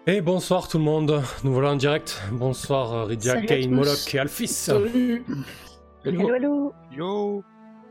Et bonsoir tout le monde, nous voilà en direct. Bonsoir Rydia, Salut à Kane, tous. Moloch et Alphys. Salut. Hello, hello. Yo.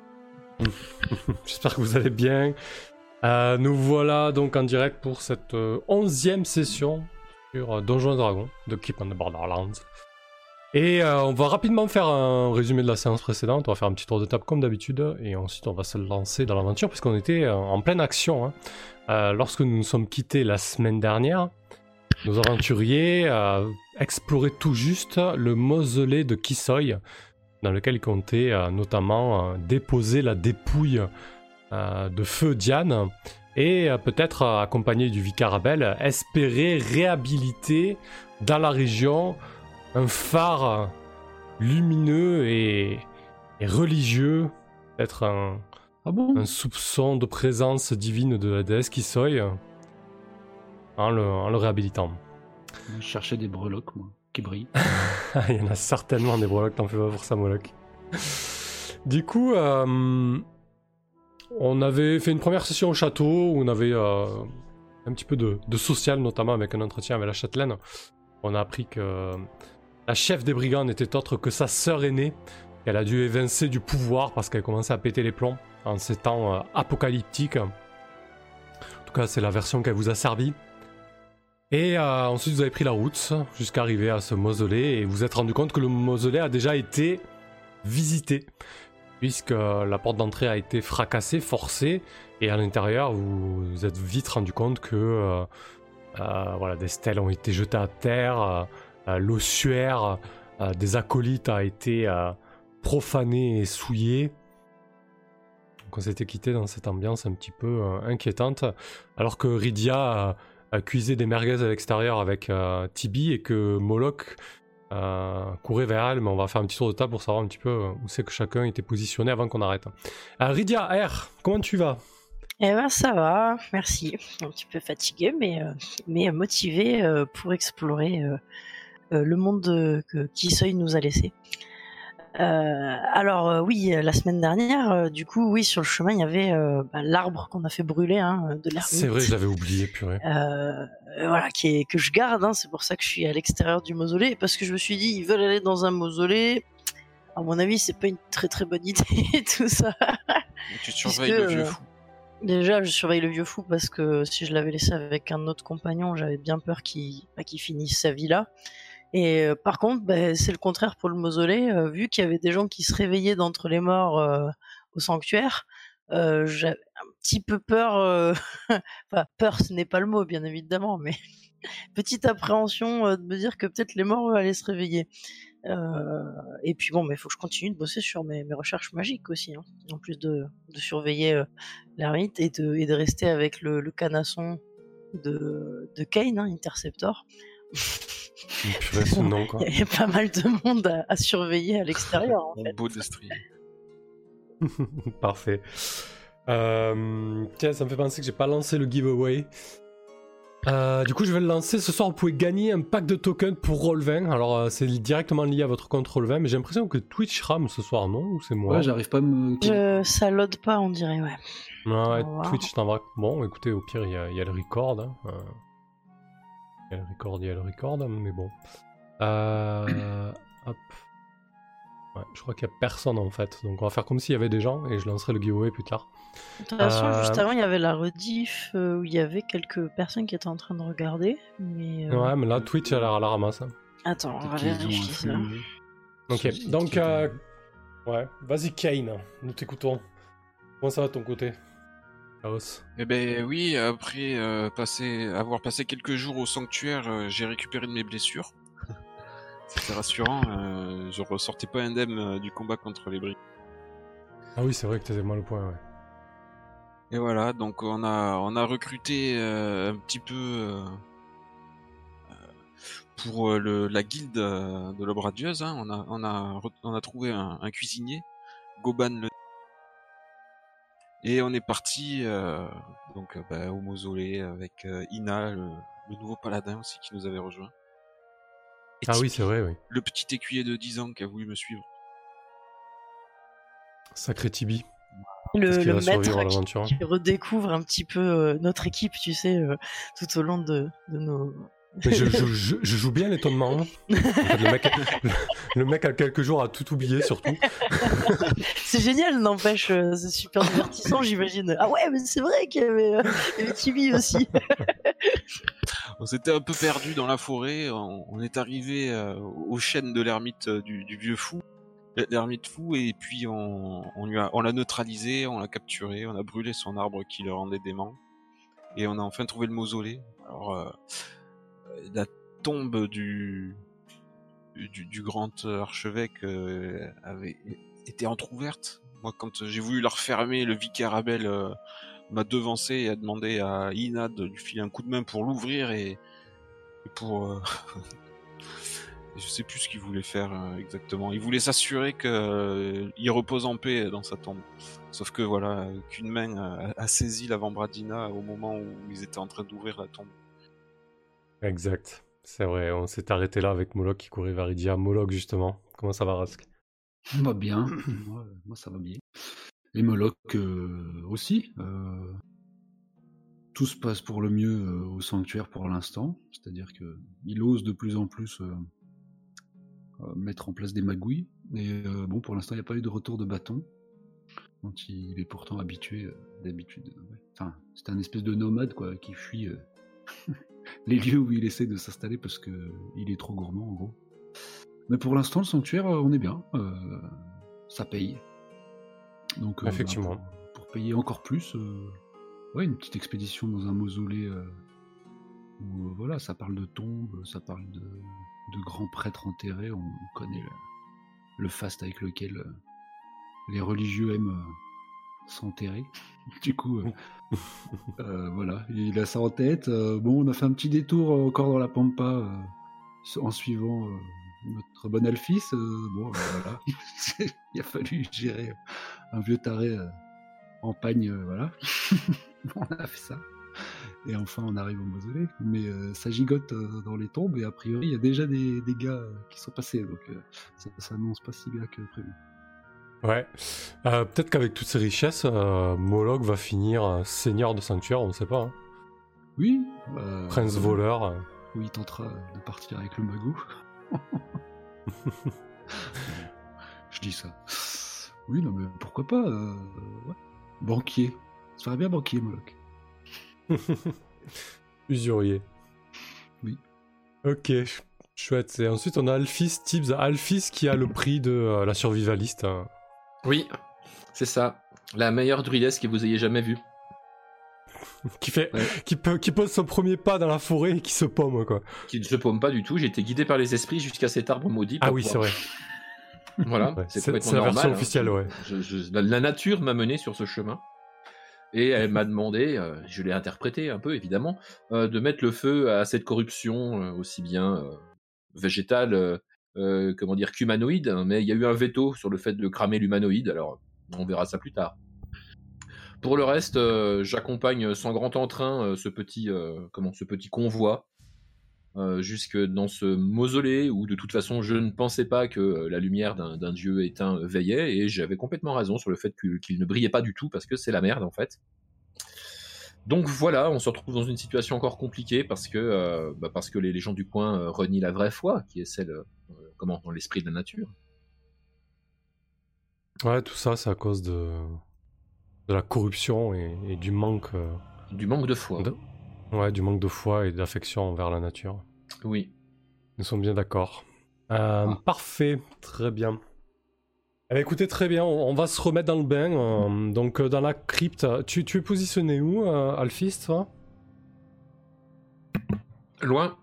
J'espère que vous allez bien. Nous voilà donc en direct pour cette 11e session sur Donjons et Dragons de Keep on the Borderlands. Et on va rapidement faire un résumé de la séance précédente, on va faire un petit tour de table comme d'habitude, et ensuite on va se lancer dans l'aventure puisqu'on était en pleine action. Lorsque nous nous sommes quittés la semaine dernière, nos aventuriers exploraient tout juste le mausolée de Kisoi, dans lequel ils comptaient notamment déposer la dépouille de Feu Diane, et peut-être accompagné du vicaire Abel, espérer réhabiliter dans la région un phare lumineux et religieux, peut-être un soupçon de présence divine de la déesse Kisoi, en le réhabilitant. Je cherchais des breloques, moi, qui brillent. Il y en a certainement des breloques, t'en fais pas pour ça, Moloch. Du coup, on avait fait une première session au château où on avait un petit peu de social, notamment avec un entretien avec la châtelaine. On a appris que la chef des brigands n'était autre que sa sœur aînée, qu'elle a dû évincer du pouvoir parce qu'elle commençait à péter les plombs en ces temps apocalyptiques. En tout cas, c'est la version qu'elle vous a servi. Et ensuite, vous avez pris la route jusqu'à arriver à ce mausolée et vous vous êtes rendu compte que le mausolée a déjà été visité, puisque la porte d'entrée a été fracassée, forcée, et à l'intérieur, vous vous êtes vite rendu compte que voilà, des stèles ont été jetées à terre, l'ossuaire des acolytes a été profané et souillé. Donc on s'était quitté dans cette ambiance un petit peu inquiétante, alors que Rydia cuisait des merguez à l'extérieur avec Tibi et que Moloch courait vers elle, mais on va faire un petit tour de table pour savoir un petit peu où c'est que chacun était positionné avant qu'on arrête. Rydia, R, comment tu vas ? Eh ben ça va, merci. Un petit peu fatigué, mais motivé pour explorer le monde que Kisoi nous a laissé. Alors oui, la semaine dernière, du coup, oui, sur le chemin, il y avait l'arbre qu'on a fait brûler, de l'ermite. C'est vrai, je l'avais oublié, purée. Voilà, que je garde, c'est pour ça que je suis à l'extérieur du mausolée, parce que je me suis dit, ils veulent aller dans un mausolée. À mon avis, c'est pas une très très bonne idée, tout ça. Et tu surveilles le vieux fou. Déjà, je surveille le vieux fou parce que si je l'avais laissé avec un autre compagnon, j'avais bien peur qu'il finisse sa vie là. Et par contre, c'est le contraire pour le mausolée. Vu qu'il y avait des gens qui se réveillaient d'entre les morts au sanctuaire, j'avais un petit peu peur. Enfin, peur, ce n'est pas le mot, bien évidemment, mais petite appréhension de me dire que peut-être les morts allaient se réveiller. Et puis bon, mais il faut que je continue de bosser sur mes recherches magiques aussi, en plus de surveiller l'ermite et de rester avec le canasson de Kane, Interceptor. Purée, ce nom, quoi. Il y a pas mal de monde à surveiller à l'extérieur, en fait. Beau destrier. Parfait. Tiens, ça me fait penser que j'ai pas lancé le giveaway. Du coup, je vais le lancer. Ce soir, vous pouvez gagner un pack de tokens pour Roll20. Alors, c'est directement lié à votre compte Roll20, mais j'ai l'impression que Twitch rame ce soir, non ? Ou c'est moi ? Ouais, j'arrive pas à me... Ça load pas, on dirait, ouais. Ouais, Twitch t'envoie. Bon, écoutez, au pire, il y a le record. Il y a le record, mais bon. Hop. Ouais, je crois qu'il n'y a personne en fait. Donc on va faire comme s'il y avait des gens et je lancerai le giveaway plus tard. De toute façon, juste avant, il y avait la rediff où il y avait quelques personnes qui étaient en train de regarder. Ouais, mais là, Twitch, elle a la ramasse. Attends, on va vérifier ça. Ok, donc... ouais, vas-y Kane, nous t'écoutons. Comment ça va de ton côté ? Chaos. Eh ben oui, après avoir passé quelques jours au sanctuaire, j'ai récupéré de mes blessures. C'était rassurant, je ressortais pas indemne du combat contre les brigands. Ah oui, c'est vrai que t'étais mal au point, ouais. Et voilà, donc on a recruté un petit peu pour la guilde de l'Aube Radieuse. On a trouvé un cuisinier, Goban le... Et on est parti au mausolée avec Ina, le nouveau paladin aussi qui nous avait rejoint. Et ah Tibi, oui, c'est vrai, oui. le petit écuyer de 10 ans qui a voulu me suivre. Sacré Tibi. Le maître qui redécouvre un petit peu notre équipe, tu sais, tout au long de Mais je joue bien l'étonnement. En fait, le mec a quelques jours à tout oublier, surtout. C'est génial, n'empêche, c'est super divertissant, j'imagine. Ah ouais, mais c'est vrai qu'il y avait Tibi aussi. On s'était un peu perdu dans la forêt, on est arrivé aux chaînes de l'ermite du vieux fou, l'ermite fou, et puis on l'a neutralisé, on l'a capturé, on a brûlé son arbre qui le rendait dément, et on a enfin trouvé le mausolée. Alors, la tombe du grand archevêque avait été entrouverte. Moi, quand j'ai voulu la refermer, le vicaire Abel m'a devancé et a demandé à Ina de lui filer un coup de main pour l'ouvrir et pour... je sais plus ce qu'il voulait faire exactement. Il voulait s'assurer qu'il repose en paix dans sa tombe. Sauf que voilà, qu'une main a saisi l'avant-bras d'Ina au moment où ils étaient en train d'ouvrir la tombe. Exact. C'est vrai, on s'est arrêté là avec Moloch qui courait vers Idia. Moloch, justement. Comment ça va, Rask? Bah bien, moi ça va bien. Et Moloch aussi. Tout se passe pour le mieux au sanctuaire pour l'instant. C'est-à-dire qu'il ose de plus en plus mettre en place des magouilles. Et bon, pour l'instant, il n'y a pas eu de retour de bâton. Dont il est pourtant habitué d'habitude. Ouais. Enfin, c'est un espèce de nomade quoi, qui fuit les lieux où il essaie de s'installer parce qu'il est trop gourmand en gros. Mais pour l'instant, le sanctuaire, on est bien. Ça paye. Donc, effectivement. Pour payer encore plus, ouais, une petite expédition dans un mausolée où voilà, ça parle de tombes, ça parle de grands prêtres enterrés. On connaît le faste avec lequel les religieux aiment s'enterrer. Du coup, voilà, il a ça en tête. Bon, on a fait un petit détour encore dans la Pampa en suivant notre bon Alphys. Bon, voilà, il a fallu gérer un vieux taré en pagne, voilà. On a fait ça. Et enfin, on arrive au mausolée. Mais ça gigote dans les tombes et a priori, il y a déjà des gars qui sont passés. Donc, ça s'annonce pas si bien que prévu. Ouais. Peut-être qu'avec toutes ces richesses, Moloch va finir seigneur de sanctuaire, on ne sait pas. Hein. Oui. Prince voleur. Oui, il tentera de partir avec le magot. Je dis ça. Oui, non, mais pourquoi pas ouais. Banquier. Ça ferait bien banquier, Moloch. Usurier. Oui. Ok, chouette. Et ensuite, on a Alphys, Tibbs. Alphys qui a le prix de la survivaliste. Oui, c'est ça. La meilleure druidesse que vous ayez jamais vue. qui pose son premier pas dans la forêt et qui se paume, quoi. Qui ne se paume pas du tout. J'ai été guidé par les esprits jusqu'à cet arbre maudit. Ah oui, c'est vrai. Voilà, ouais, c'est la normal, version officielle, ouais. La nature m'a mené sur ce chemin. Et elle m'a demandé, je l'ai interprété un peu évidemment, de mettre le feu à cette corruption aussi bien végétale, comment dire, qu'humanoïde, hein, mais il y a eu un veto sur le fait de cramer l'humanoïde, alors on verra ça plus tard. Pour le reste, j'accompagne sans grand entrain ce petit convoi jusque dans ce mausolée où de toute façon je ne pensais pas que la lumière d'un dieu éteint veillait, et j'avais complètement raison sur le fait qu'il ne brillait pas du tout parce que c'est la merde en fait. Donc voilà, on se retrouve dans une situation encore compliquée parce que les gens du coin renient la vraie foi qui est celle dans l'esprit de la nature. Ouais, tout ça c'est à cause de la corruption et du manque du manque de foi. Ouais, du manque de foi et d'affection envers la nature. Oui. Nous sommes bien d'accord. Parfait, très bien. Eh bien, écoutez, très bien, on va se remettre dans le bain. Donc, dans la crypte, tu es positionné où, Alphys, toi? Loin.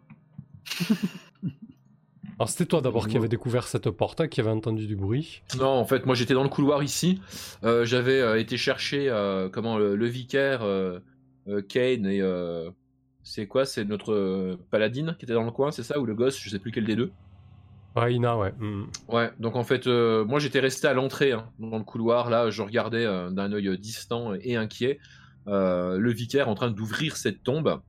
Alors, c'était toi d'abord qui avait découvert cette porte, qui avait entendu du bruit. Non, en fait, moi j'étais dans le couloir ici. J'avais été chercher le vicaire Kane et c'est quoi? C'est notre paladine qui était dans le coin, c'est ça? Ou le gosse? Je sais plus quel des deux. Ouais, Ina, ouais. Ouais, donc en fait, moi j'étais resté à l'entrée, hein, dans le couloir. Là, je regardais d'un œil distant et inquiet le vicaire en train d'ouvrir cette tombe.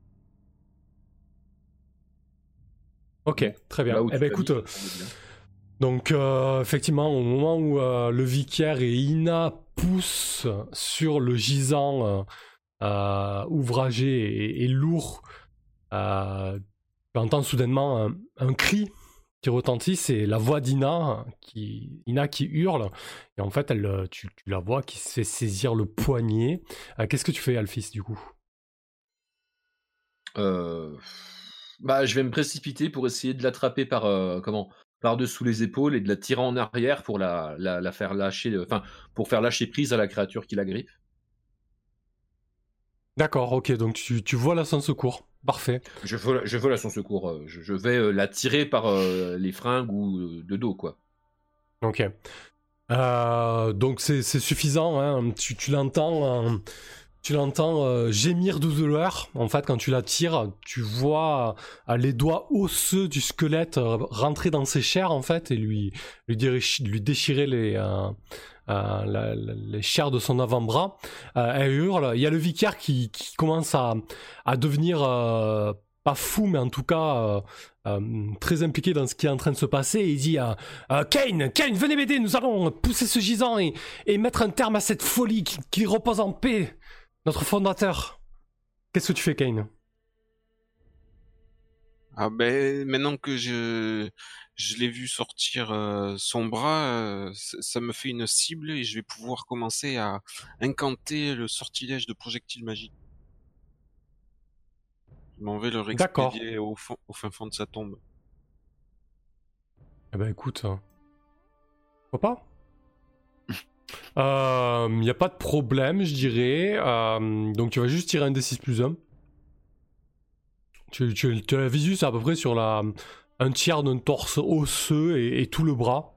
Ok, très bien. Eh ben écoute, donc effectivement, au moment où le vicaire et Ina poussent sur le gisant ouvragé et lourd, tu entends soudainement un cri qui retentit, c'est la voix d'Ina qui hurle, et en fait tu la vois qui se fait saisir le poignet. Qu'est-ce que tu fais, Alphys, du coup? Je vais me précipiter pour essayer de l'attraper par-dessous les épaules et de la tirer en arrière pour la faire lâcher, pour faire lâcher prise à la créature qui la grippe. D'accord, ok, donc tu voles à son secours. Parfait. Je vole à son secours. Je vais la tirer par les fringues ou de dos, quoi. Ok. Donc c'est suffisant, hein. Tu l'entends, gémir de douleur. En fait, quand tu la tires, tu vois les doigts osseux du squelette rentrer dans ses chairs, en fait, et lui déchirer les chairs de son avant-bras. Elle hurle. Il y a le vicaire qui commence à devenir pas fou, mais en tout cas très impliqué dans ce qui est en train de se passer. Et il dit Kane, venez m'aider, nous allons pousser ce gisant et mettre un terme à cette folie, qu'il repose en paix, notre fondateur. Qu'est-ce que tu fais, Kane? Maintenant que je l'ai vu sortir son bras, ça me fait une cible et je vais pouvoir commencer à incanter le sortilège de projectile magique. Je m'en vais le réexpédier au fin fond de sa tombe. Eh ben écoute, pourquoi pas? Y a pas de problème, je dirais. Donc tu vas juste tirer un D6 plus 1. Tu la visu, c'est à peu près sur un tiers d'un torse osseux et tout le bras.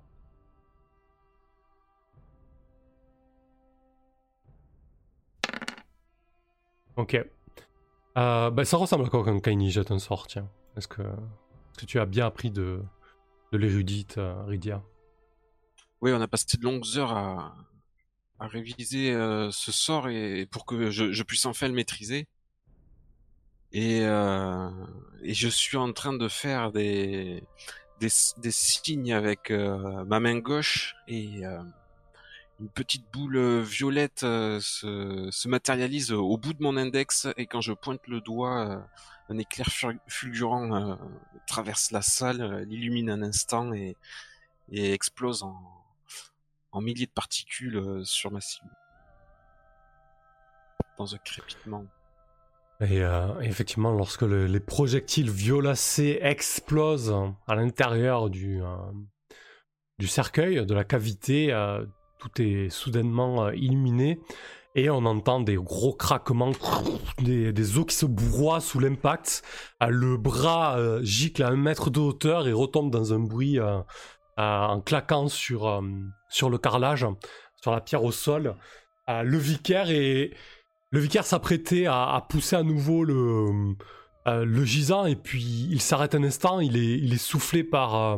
Ok. Ça ressemble à quoi quand Kaini jette un sort, tiens. Est-ce que tu as bien appris de l'érudite Rydia? Oui, on a passé de longues heures à réviser ce sort et pour que je puisse enfin le maîtriser. Et je suis en train de faire des signes avec ma main gauche et une petite boule violette se matérialise au bout de mon index et quand je pointe le doigt, un éclair fulgurant traverse la salle, l'illumine un instant et explose en milliers de particules sur ma cible. Dans un crépitement. Et effectivement, lorsque les projectiles violacés explosent à l'intérieur du cercueil, de la cavité, tout est soudainement illuminé et on entend des gros craquements, des os qui se broient sous l'impact. Le bras gicle à 1 mètre de hauteur et retombe dans un bruit en claquant sur le carrelage, sur la pierre au sol. Le vicaire s'apprêtait à pousser à nouveau le gisant et puis il s'arrête un instant, il est soufflé par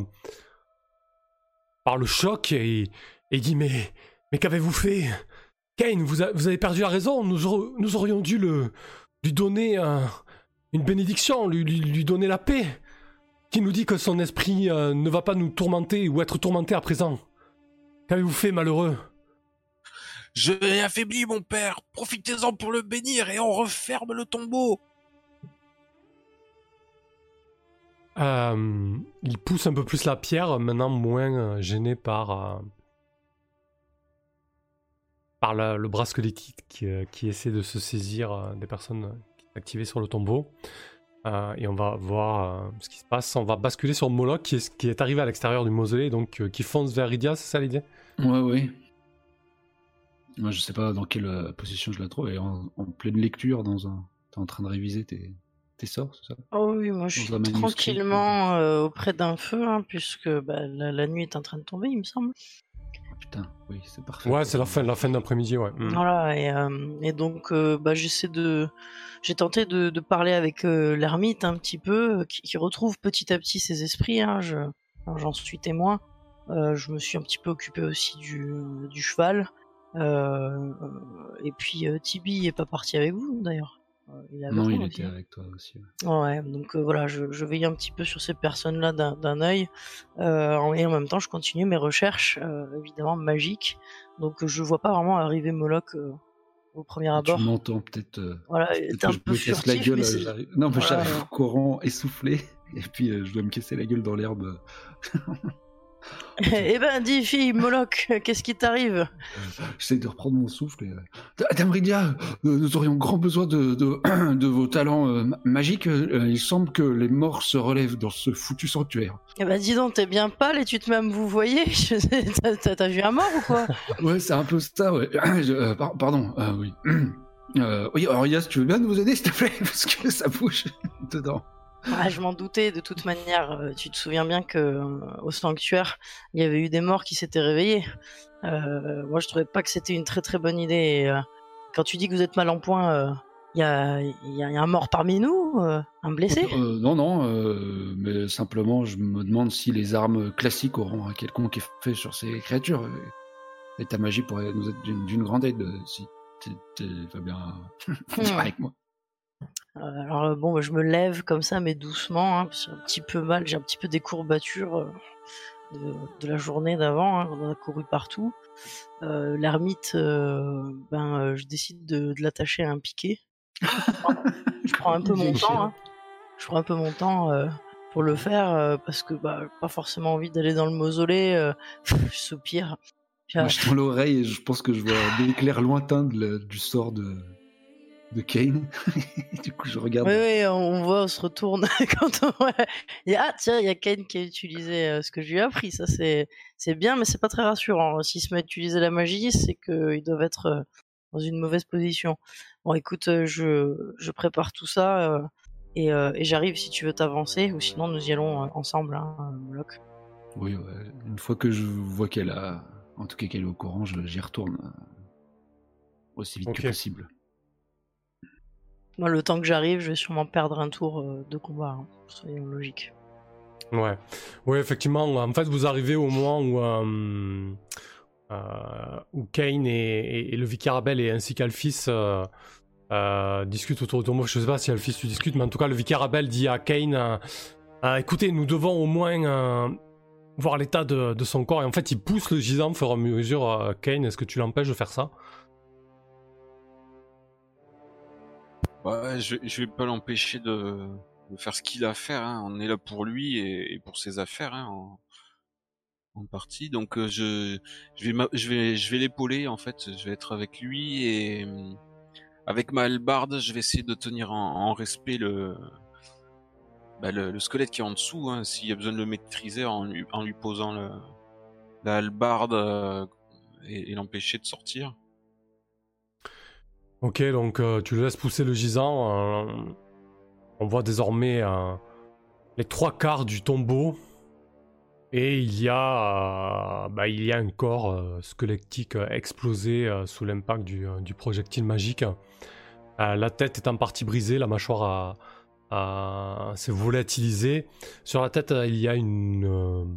le choc et dit mais qu'avez-vous fait? Kane, vous avez perdu la raison, nous aurions dû lui donner une bénédiction, lui donner la paix. Qui nous dit que son esprit ne va pas nous tourmenter ou être tourmenté à présent? Qu'avez-vous fait, malheureux? Je l'ai affaibli, mon père. Profitez-en pour le bénir et on referme le tombeau. Il pousse un peu plus la pierre, maintenant moins gêné par le bras squelettique qui essaie de se saisir des personnes activées sur le tombeau. Et on va voir ce qui se passe. On va basculer sur Moloch qui est arrivé à l'extérieur du mausolée, donc qui fonce vers Rydia, c'est ça l'idée? Oui. Moi, je sais pas dans quelle position je la trouve. Et en pleine lecture, t'es en train de réviser tes sorts, c'est ça? Oh oui, moi je suis tranquillement auprès d'un feu, hein, puisque la nuit est en train de tomber, il me semble. Oh, putain, oui, c'est parfait. Ouais, c'est la fin d'après-midi, ouais. Voilà, et donc j'ai tenté de parler avec l'ermite un petit peu, qui retrouve petit à petit ses esprits, hein, j'en suis témoin. Je me suis un petit peu occupé aussi du cheval. Et puis Tibi est pas parti avec vous d'ailleurs. Il était avec toi aussi. Ouais, donc voilà, je veille un petit peu sur ces personnes-là d'un œil, et en même temps je continue mes recherches, évidemment magiques. Donc je vois pas vraiment arriver Moloch au premier abord. Tu m'entends peut-être. Voilà, t'es un peu furtif. Non, mais j'arrive courant, essoufflé. Et puis je dois me casser la gueule dans l'herbe. Eh ben, dis, fille, Moloch, qu'est-ce qui t'arrive? J'essaie de reprendre mon souffle. Damridia, nous aurions grand besoin de vos talents magiques. Il semble que les morts se relèvent dans ce foutu sanctuaire. Eh ben, dis donc, t'es bien pâle et tu te mets à me vous voyez. T'as vu un mort ou quoi? Ouais, c'est un peu ça, ouais. Pardon, oui. Oui, alors Yas, tu veux bien nous aider, s'il te plaît? Parce que ça bouge dedans. Ah, je m'en doutais, de toute manière. Tu te souviens bien que au sanctuaire, il y avait eu des morts qui s'étaient réveillés. Moi, je trouvais pas que c'était une très très bonne idée. Et, quand tu dis que vous êtes mal en point, il y a un mort parmi nous, un blessé? Non, mais simplement, je me demande si les armes classiques auront un quelconque effet sur ces créatures. Et ta magie pourrait nous être d'une grande aide si tu vas bien dire avec moi. Alors bon, bah, je me lève comme ça, mais doucement, hein, parce que j'ai un petit peu mal, j'ai un petit peu des courbatures de la journée d'avant, hein, on a couru partout. L'ermite, je décide de l'attacher à un piquet. Je prends un peu mon temps, hein. Je prends un peu mon temps pour le faire, parce que pas forcément envie d'aller dans le mausolée, je soupire. Moi, je tends l'oreille et je pense que je vois des éclairs lointains du sort de Kane. Du coup, je regarde. Oui, on se retourne quand on... Et, tiens, il y a Kane qui a utilisé ce que je lui ai appris. Ça, c'est bien, mais c'est pas très rassurant. S'il se met à utiliser la magie, c'est qu'ils doivent être dans une mauvaise position. Bon, écoute, je prépare tout ça et j'arrive si tu veux t'avancer, ou sinon nous y allons ensemble, hein, Moloch. Oui, ouais. Une fois que je vois qu'elle est au courant, j'y retourne aussi vite que possible. Moi, le temps que j'arrive, je vais sûrement perdre un tour de combat, hein, soyons logiques. Ouais, effectivement. En fait, vous arrivez au moment où Kane et le vicaire Abel et ainsi qu'Alphys discutent autour de moi. Je sais pas si Alphys tu discutes, mais en tout cas, le vicaire Abel dit à Kane écoutez, nous devons au moins voir l'état de son corps. Et en fait, il pousse le gisant au fur et à mesure. Kane, est-ce que tu l'empêches de faire ça? Ouais, je vais pas l'empêcher de faire ce qu'il a à faire, hein. On est là pour lui et pour ses affaires, hein, en partie. Donc je vais l'épauler, en fait. Je vais être avec lui et avec ma hallebarde, je vais essayer de tenir en respect le squelette qui est en dessous, hein, s'il y a besoin de le maîtriser en lui posant la hallebarde et l'empêcher de sortir. Ok, donc tu le laisses pousser le gisant. On voit désormais les 3/4 du tombeau. Et il y a un corps squelettique explosé sous l'impact du projectile magique. La tête est en partie brisée, la mâchoire s'est volatilisée. Sur la tête, il y a une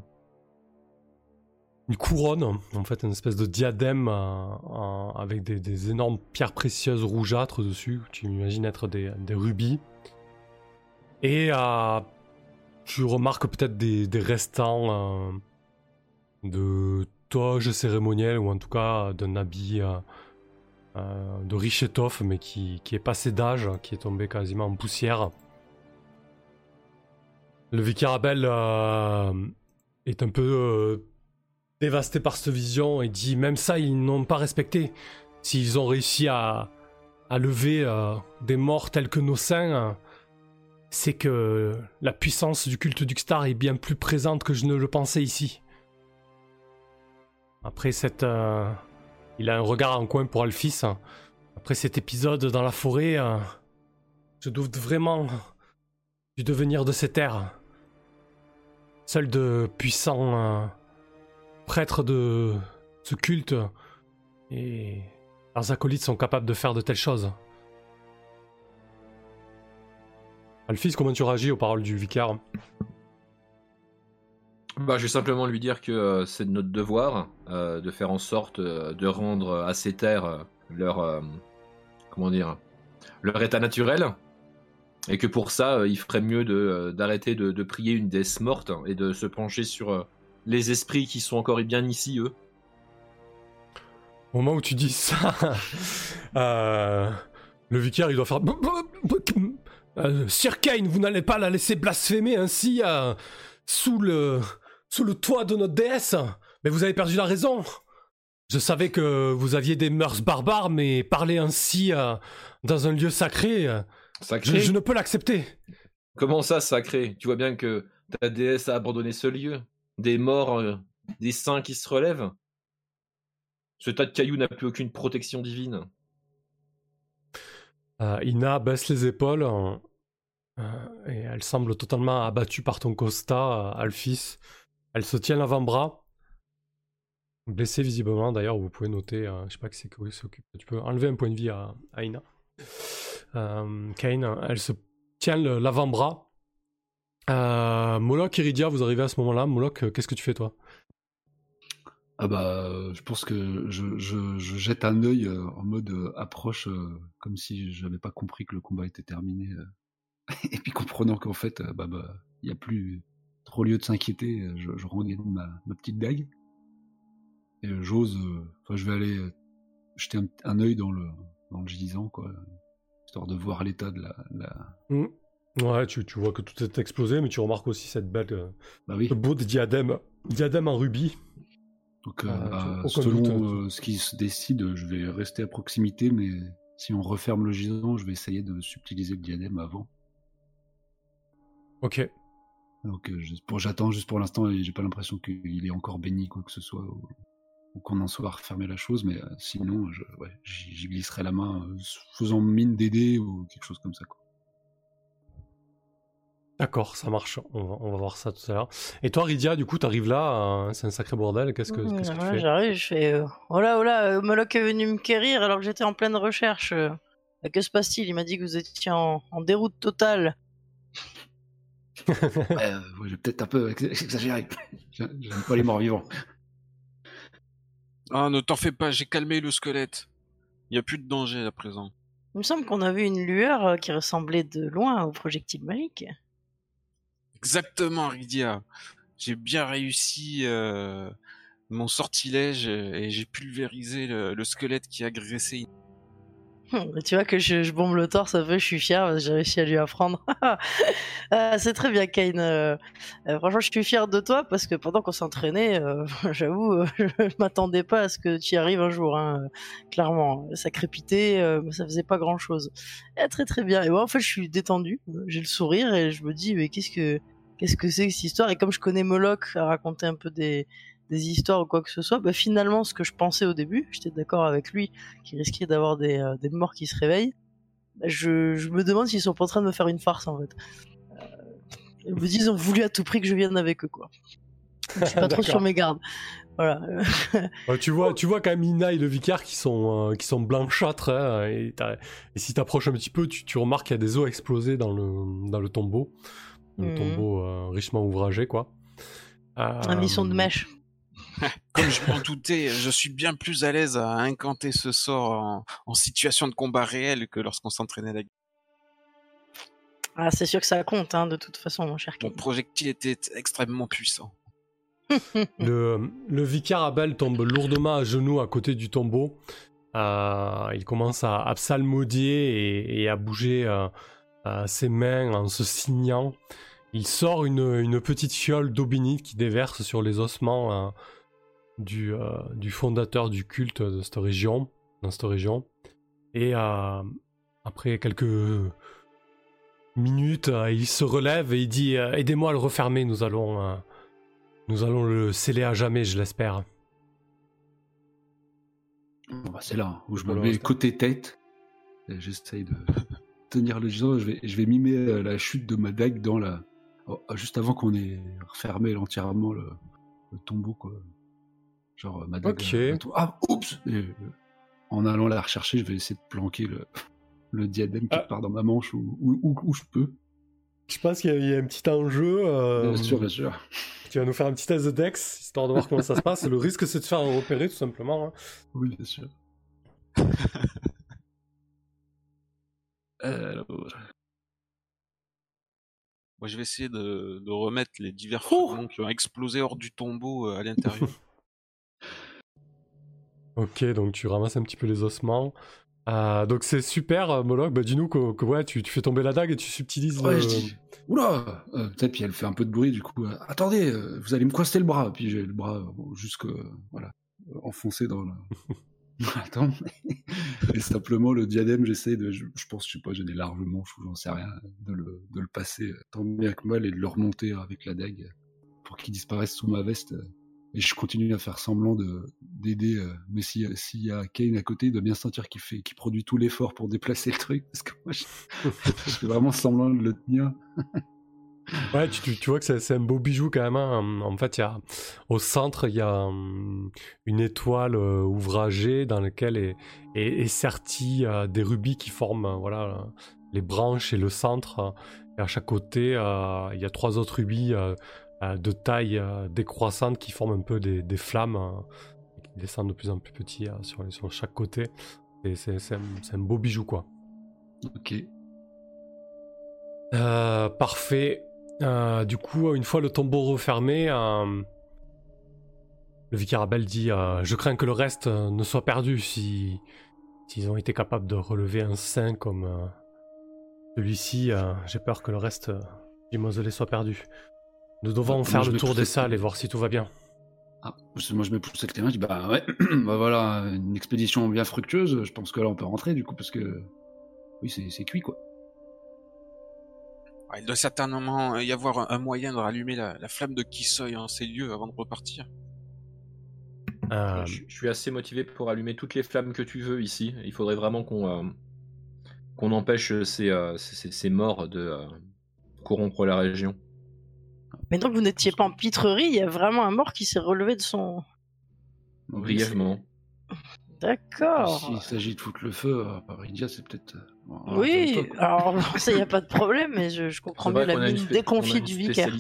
couronne, en fait, une espèce de diadème avec des énormes pierres précieuses rougeâtres dessus. Tu imagines être des rubis. Et tu remarques peut-être des restants de toge cérémonielle, ou en tout cas d'un habit de riche étoffe, mais qui est passé d'âge, qui est tombé quasiment en poussière. Le vicaire Abel est un peu dévasté par cette vision et dit même ça ils n'ont pas respecté. S'ils ont réussi à lever des morts tels que nos saints, c'est que la puissance du culte d'Uxtar est bien plus présente que je ne le pensais ici. Après il a un regard en coin pour Alphys. Après cet épisode dans la forêt, je doute vraiment du devenir de ces terres. Seuls de puissants prêtres de ce culte et leurs acolytes sont capables de faire de telles choses. Alphys, comment tu réagis aux paroles du vicaire? Je vais simplement lui dire que c'est de notre devoir de faire en sorte de rendre à ces terres leur état naturel, et que pour ça il ferait mieux d'arrêter de prier une déesse morte et de se pencher sur les esprits qui sont encore bien ici, eux. Au moment où tu dis ça, le vicaire il doit faire Sir Kane, vous n'allez pas la laisser blasphémer ainsi sous le toit de notre déesse. Mais vous avez perdu la raison. Je savais que vous aviez des mœurs barbares, mais parler ainsi dans un lieu sacré, Sacré? je ne peux l'accepter. Comment ça, sacré? Tu vois bien que ta déesse a abandonné ce lieu. Des morts, des saints qui se relèvent. Ce tas de cailloux n'a plus aucune protection divine. Ina baisse les épaules et elle semble totalement abattue par ton constat, Alphys. Elle se tient l'avant-bras. Blessée visiblement, d'ailleurs, vous pouvez noter, je sais pas qui c'est qui s'occupe. Tu peux enlever un point de vie à Ina. Kane, elle se tient l'avant-bras. Moloch, Iridia, vous arrivez à ce moment-là. Moloch, qu'est-ce que tu fais toi? Ah bah, je pense que je jette un œil en mode approche, comme si j'avais pas compris que le combat était terminé. Et puis comprenant qu'en fait, il y a plus trop lieu de s'inquiéter, je regagne ma petite dague. Et j'ose, je vais aller jeter un œil dans le gisant, quoi, histoire de voir l'état de la... Ouais, tu vois que tout est explosé, mais tu remarques aussi cette belle, oui. ce beau diadème en rubis. Donc, selon ce qui se décide, je vais rester à proximité, mais si on referme le gisant, je vais essayer de subtiliser le diadème avant. Ok. Donc, j'attends juste pour l'instant, et j'ai pas l'impression qu'il est encore béni, quoi que ce soit, ou qu'on en soit à refermer la chose, mais sinon, j'y glisserai la main, faisant mine d'aider ou quelque chose comme ça, quoi. D'accord, ça marche. On va voir ça tout à l'heure. Et toi, Rydia, du coup, t'arrives là, c'est un sacré bordel. Qu'est-ce que tu fais? J'arrive, je fais oh là, Moloch est venu me quérir alors que j'étais en pleine recherche. Que se passe-t-il? Il m'a dit que vous étiez en déroute totale. J'ai peut-être un peu exagéré. J'aime pas les morts vivants. Ah, ne t'en fais pas, j'ai calmé le squelette. Il n'y a plus de danger à présent. Il me semble qu'on a vu une lueur qui ressemblait de loin au projectile magique. Exactement, Rydia. J'ai bien réussi mon sortilège et j'ai pulvérisé le squelette qui a agressé. Tu vois que je bombe le torse un peu, je suis fier parce que j'ai réussi à lui apprendre. C'est très bien, Kane. Franchement, je suis fier de toi parce que pendant qu'on s'entraînait, j'avoue, je m'attendais pas à ce que tu y arrives un jour. Hein, clairement, ça crépitait, mais ça faisait pas grand-chose. Très très bien. Et moi, en fait, je suis détendu, j'ai le sourire et je me dis, mais qu'est-ce que c'est que cette histoire? Et comme je connais Moloch à raconter un peu des histoires ou quoi que ce soit, finalement, ce que je pensais au début, j'étais d'accord avec lui, qu'il risquait d'avoir des morts qui se réveillent. Je me demande s'ils sont pas en train de me faire une farce, en fait. Ils me disent, ils ont voulu à tout prix que je vienne avec eux, quoi. Je suis pas trop sur mes gardes. Voilà. tu vois quand même Ina et le vicaire qui sont blanchâtres, hein, et si t'approches un petit peu, tu remarques qu'il y a des os explosés dans le tombeau. Le tombeau richement ouvragé, quoi. Un mission de mèche. Comme je m'en doutais, je suis bien plus à l'aise à incanter ce sort en situation de combat réel que lorsqu'on s'entraînait à la guerre. Ah, c'est sûr que ça compte, hein, de toute façon, mon cher Kane. Mon projectile était extrêmement puissant. Le vicaire Abel tombe lourdement à genoux à côté du tombeau. Il commence à psalmodier et à bouger ses mains en se signant. Il sort une petite fiole d'eau bénite qui déverse sur les ossements du fondateur du culte de cette région, dans cette région. Et après quelques minutes, il se relève et il dit aidez-moi à le refermer, nous allons le sceller à jamais, je l'espère. C'est là où je me mets côté tête. J'essaye de tenir le gisant. Je vais mimer la chute de ma dague dans juste avant qu'on ait refermé entièrement le tombeau, quoi. Genre ma dague. Ok. Oups. En allant la rechercher, je vais essayer de planquer le diadème qui part dans ma manche où je peux. Je pense qu'il y a un petit enjeu. Bien sûr. Tu vas nous faire un petit test de Dex, histoire de voir comment ça se passe. Le risque, c'est de faire repérer, tout simplement. Hein. Oui, bien sûr. Moi, je vais essayer de remettre les divers fragments qui ont explosé hors du tombeau à l'intérieur. Ok, donc tu ramasses un petit peu les ossements. Donc c'est super, Moloch. Bah, dis-nous que ouais, tu fais tomber la dague et tu subtilises. Ouais, je dis, oula, peut-être, puis elle fait un peu de bruit, du coup, attendez, vous allez me coincer le bras, puis j'ai le bras jusque, voilà, enfoncé dans le... Attends, et simplement le diadème, j'essaie de, je pense, je sais pas, j'ai des larges manches ou j'en sais rien, de le passer tant bien que mal et de le remonter avec la dague pour qu'il disparaisse sous ma veste. Et je continue à faire semblant d'aider, mais s'il y a Kane à côté, il doit bien sentir qu'il produit tout l'effort pour déplacer le truc, parce que moi, je fais vraiment semblant de le tenir. Ouais, tu vois que c'est un beau bijou quand même. Hein. En fait, au centre, il y a une étoile ouvragée dans laquelle est serti des rubis qui forment voilà, les branches et le centre. Et à chaque côté, il y a 3 autres rubis de taille décroissante qui forment un peu des flammes qui descendent de plus en plus petits sur chaque côté. Et c'est un beau bijou, quoi. Ok. Parfait. Du coup, une fois le tombeau refermé, le vicaire Abel dit je crains que le reste ne soit perdu s'ils ont été capables de relever un saint comme celui-ci. J'ai peur que le reste du mausolée soit perdu. Nous devons faire le tour des salles et voir si tout va bien. Ah, moi je me pousse avec les mains, je dis bah ouais, bah voilà, une expédition bien fructueuse, je pense que là on peut rentrer du coup, parce que oui, c'est cuit quoi. Il doit certainement y avoir un moyen de rallumer la flamme de Kissoy en ces lieux avant de repartir. Je suis assez motivé pour allumer toutes les flammes que tu veux ici. Il faudrait vraiment qu'on empêche ces morts de corrompre la région. Mais donc vous n'étiez pas en pitrerie, il y a vraiment un mort qui s'est relevé de son... Brièvement. D'accord. S'il s'agit de foutre le feu à Ridia, c'est peut-être... oui, alors ça, il n'y a pas de problème, mais je comprends mieux la mine déconfite du vicaire.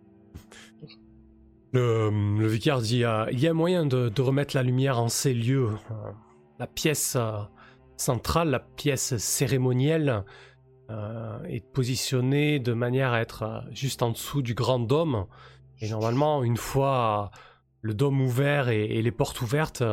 Le vicaire dit il y a moyen de remettre la lumière en ces lieux. La pièce centrale, la pièce cérémonielle est positionnée de manière à être juste en dessous du grand dôme. Et normalement, une fois le dôme ouvert et les portes ouvertes,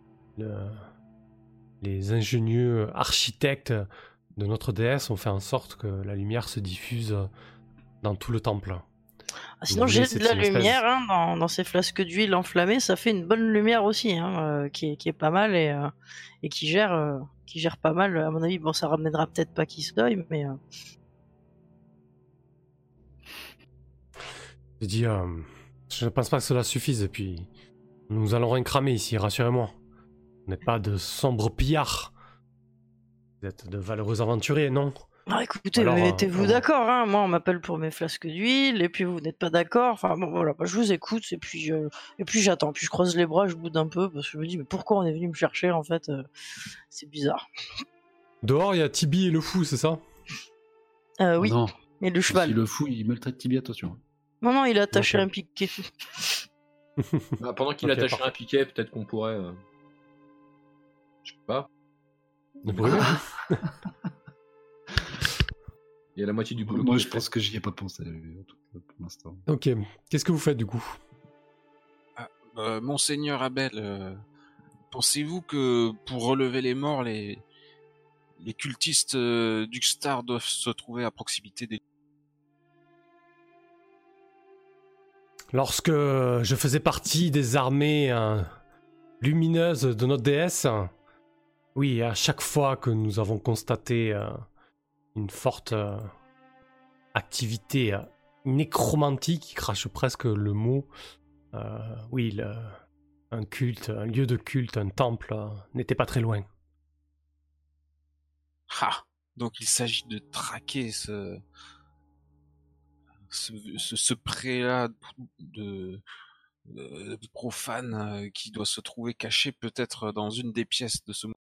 les ingénieux architectes de notre déesse ont fait en sorte que la lumière se diffuse dans tout le temple. Sinon, j'ai de la lumière dans ces flasques d'huile enflammée, ça fait une bonne lumière aussi, qui est pas mal et qui gère pas mal. À mon avis, bon, ça ramènera peut-être pas Kissoy, mais... J'ai dit, je ne pense pas que cela suffise, et puis nous allons rien cramer ici, rassurez-moi. Vous n'êtes pas de sombres pillards. Vous êtes de valeureux aventuriers, non ? Ah, écoutez, mettez-vous d'accord, hein. Moi on m'appelle pour mes flasques d'huile, et puis vous n'êtes pas d'accord, enfin bon voilà, je vous écoute, et puis j'attends, puis je croise les bras, je boude un peu, parce que je me dis, mais pourquoi on est venu me chercher en fait, c'est bizarre. Dehors il y a Tibi et le fou, c'est ça ? Oui, non. Et le cheval. Si le fou il maltraite Tibi, attention. Non, il a attaché un piquet. Pendant qu'il attache un piquet, peut-être qu'on pourrait... Je sais pas. Il y a la moitié du boulot. Moi, je pense que j'y ai pas pensé pour l'instant. Ok, qu'est-ce que vous faites du coup ? Monseigneur Abel, pensez-vous que pour relever les morts, les cultistes d'Uxtar doivent se trouver à proximité des... Lorsque je faisais partie des armées lumineuses de notre déesse, oui, à chaque fois que nous avons constaté une forte activité nécromantique, qui crache presque le mot, oui, un culte, un lieu de culte, un temple n'était pas très loin. Ah, donc il s'agit de traquer ce prélat de profane qui doit se trouver caché peut-être dans une des pièces de ce...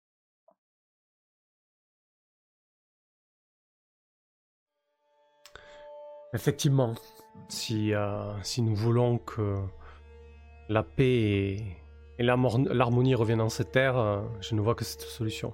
Effectivement, si nous voulons que la paix et l'harmonie reviennent dans cette terre, je ne vois que cette solution.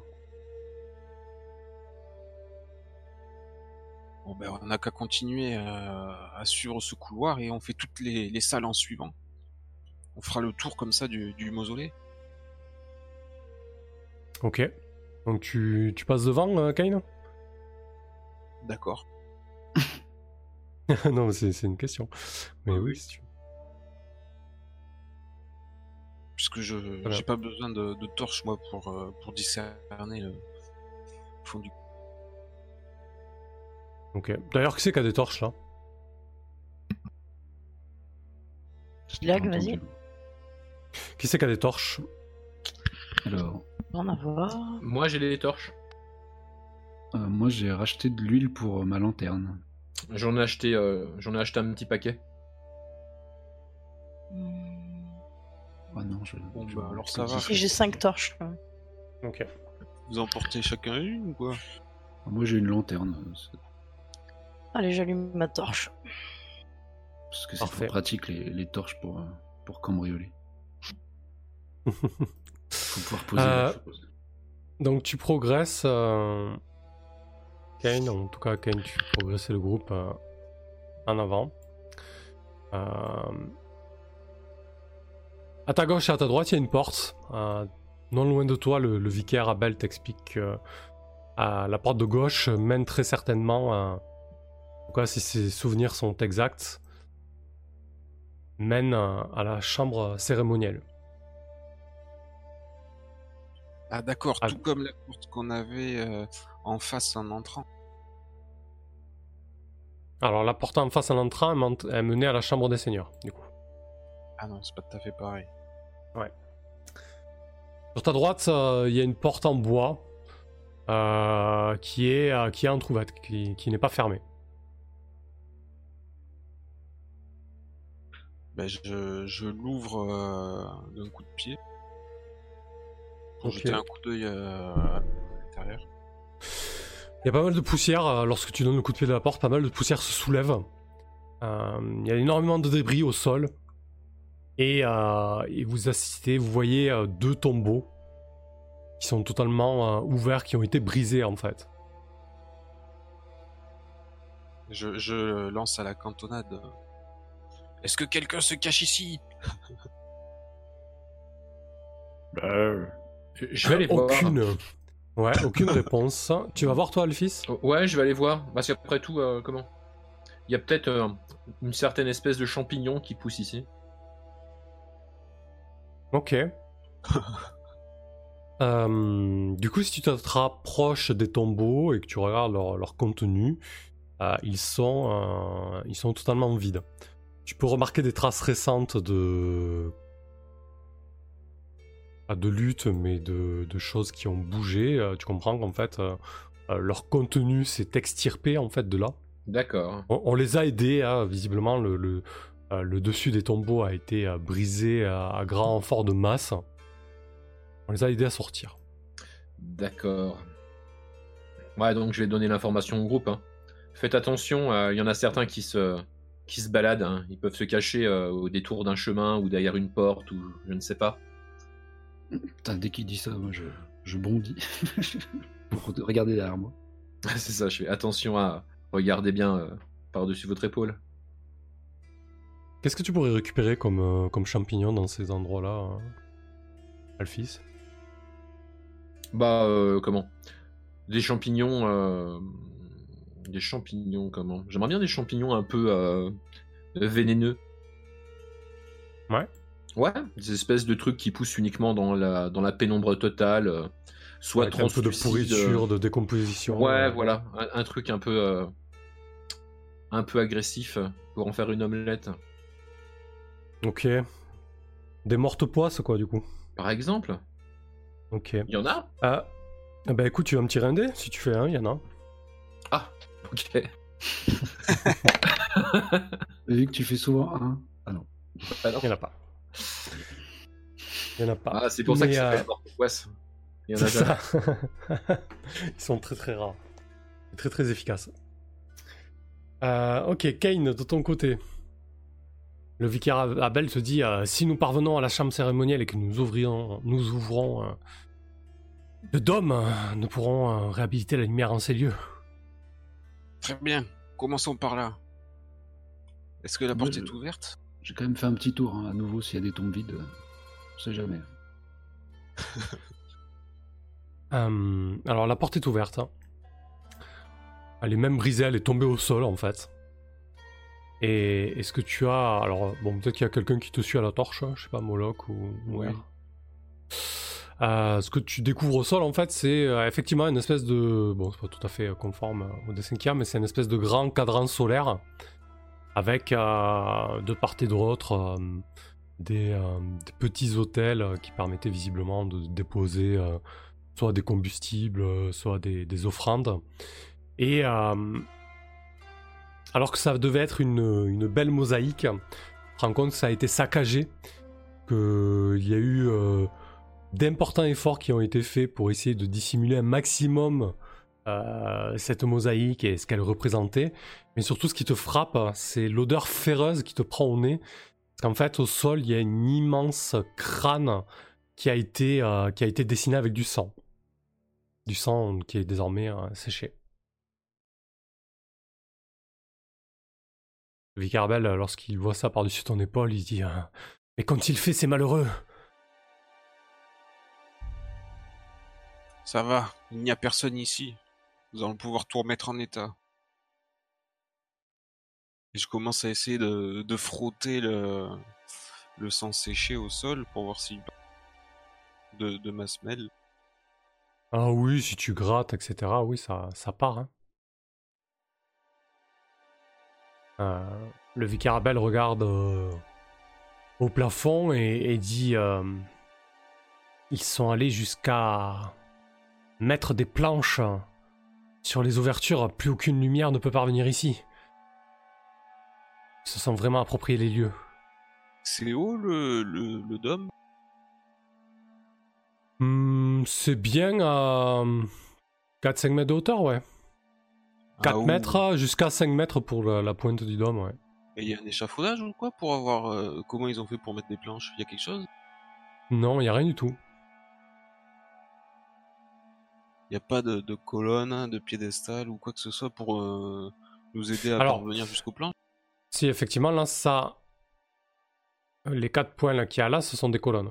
Bon ben, on n'a qu'à continuer à suivre ce couloir et on fait toutes les salles en suivant. On fera le tour comme ça du mausolée. Ok. Donc tu passes devant, Kane? D'accord. Non, c'est une question. Mais Ah oui, oui. si tu... Puisque bien. j'ai pas besoin de torche, moi, pour discerner le fond du... Ok. D'ailleurs, qui c'est qui a des torches, là? Kilag, J'ai vas-y. entendu. Qui c'est qui a des torches? Alors, On en avoir. Moi, j'ai les torches. moi j'ai racheté de l'huile pour ma lanterne. J'en ai acheté un petit paquet. Ah non, Bon, je- bah, alors je- ça va. Si j'ai 5 torches. Ok. Vous en portez chacun une ou quoi? Moi j'ai une lanterne, Allez, j'allume ma torche. parce que c'est Parfait. trop pratique les torches pour cambrioler. Faut pouvoir poser la chose. Donc tu progresses, Kane, en tout cas Kane, tu progresses le groupe en avant. À ta gauche et à ta droite, il y a une porte. Non loin de toi, le vicaire Abel t'explique que la porte de gauche mène très certainement, en tout cas si ses souvenirs sont exacts, mène à la chambre cérémonielle. Ah d'accord, Ah. tout comme la porte qu'on avait en face en entrant. Alors la porte en face en entrant, elle menait à la chambre des seigneurs, du coup. Ah non, c'est pas tout à fait pareil. Sur ta droite, il y a une porte en bois qui est entrouverte, qui n'est pas fermée. Ben, je l'ouvre d'un coup de pied pour Ok. jeter un coup d'œil à l'intérieur. Il y a pas mal de poussière lorsque tu donnes le coup de pied de la porte, pas mal de poussière se soulève. Il y a énormément de débris au sol. Et vous assistez, vous voyez 2 tombeaux qui sont totalement ouverts, qui ont été brisés en fait. Je lance à la cantonade. Est-ce que quelqu'un se cache ici? Je vais aller voir. Aucune réponse. Tu vas voir toi, Alphys? Ouais, je vais aller voir. Parce qu'après tout, comment? Il y a peut-être une certaine espèce de champignon qui pousse ici. Ok. Du coup, si tu te rapproches des tombeaux et que tu regardes leur contenu, ils sont totalement vides. Tu peux remarquer des traces récentes de lutte, mais de choses qui ont bougé. Tu comprends qu'en fait, leur contenu s'est extirpé en fait de là. D'accord. On les a aidés, hein, visiblement le dessus des tombeaux a été brisé à grand renfort de masse. On les a aidés à sortir. D'accord. Ouais, donc je vais donner l'information au groupe. Hein. Faites attention, il y en a certains qui se baladent. Hein. Ils peuvent se cacher au détour d'un chemin ou derrière une porte ou je ne sais pas. Putain, dès qu'il dit ça, moi je bondis pour regarder derrière moi. C'est ça, je fais attention à regarder bien par-dessus votre épaule. Qu'est-ce que tu pourrais récupérer comme champignon dans ces endroits-là, Alphys? Bah, comment? Des champignons, comment? J'aimerais bien des champignons un peu vénéneux. Ouais. Ouais, des espèces de trucs qui poussent uniquement dans la pénombre totale, soit Avec un peu de translucide, pourriture, de décomposition. Ouais, voilà, un truc un peu agressif pour en faire une omelette. Ok. Des mortes-poisses, quoi, du coup. Par exemple, Ok. il y en a? Bah écoute, tu vas me tirer un dé, si tu fais un, il y en a. Ah, ok. Vu que tu fais souvent un. Ah non. Ah, non. Il y en a pas. Il y en a pas. Ah, c'est pour ça Mais, qu'ils s'appellent morte-poisse. Il y en a c'est jamais. ça. Ils sont très très rares. Très très efficaces. Ok, Kane, de ton côté. Le vicaire Abel te dit si nous parvenons à la chambre cérémonielle et que nous ouvrons le dôme, nous pourrons réhabiliter la lumière en ces lieux. Très bien, commençons par là. Est-ce que la porte je- est ouverte? J'ai quand même fait un petit tour, hein, à nouveau, s'il y a des tombes vides, on sait jamais. Alors la porte est ouverte. Elle est même brisée, elle est tombée au sol en fait. Et est-ce que tu as... Alors bon, peut-être qu'il y a quelqu'un qui te suit à la torche, je sais pas, Moloch ou Oui. Ce que tu découvres au sol en fait, c'est effectivement une espèce de... Bon, c'est pas tout à fait conforme au dessin qu'il y a, mais c'est une espèce de grand cadran solaire avec de part et d'autre des petits hôtels qui permettaient visiblement de déposer soit des combustibles, soit des offrandes. Et alors que ça devait être une belle mosaïque, tu te rends compte que ça a été saccagé, qu'il y a eu d'importants efforts qui ont été faits pour essayer de dissimuler un maximum cette mosaïque et ce qu'elle représentait. Mais surtout, ce qui te frappe, c'est l'odeur féreuse qui te prend au nez. Parce qu'en fait, au sol, il y a une immense crâne qui a été dessiné avec du sang. Du sang qui est désormais séché. Le Vicarbel, lorsqu'il voit ça par-dessus ton épaule, il dit mais qu'ont-ils fait ces malheureux? Ça va, il n'y a personne ici. Nous allons pouvoir tout remettre en état. Et je commence à essayer de frotter le sang séché au sol pour voir s'il de ma semelle. Ah oui, si tu grattes, etc., oui, ça part. Le Vicarabel regarde au plafond et dit ils sont allés jusqu'à mettre des planches sur les ouvertures, plus aucune lumière ne peut parvenir ici. Ils se sont vraiment appropriés les lieux. C'est haut le dôme? C'est bien à 4-5 mètres de hauteur, ouais. 4 mètres jusqu'à 5 mètres pour la pointe du dôme, ouais. Et il y a un échafaudage ou quoi pour avoir... comment ils ont fait pour mettre des planches? Il y a quelque chose? Non, il n'y a rien du tout. Il n'y a pas de colonne, de piédestal ou quoi que ce soit pour nous aider à parvenir jusqu'aux planches? Si, effectivement, là, ça... Les 4 points là, qu'il y a là, ce sont des colonnes.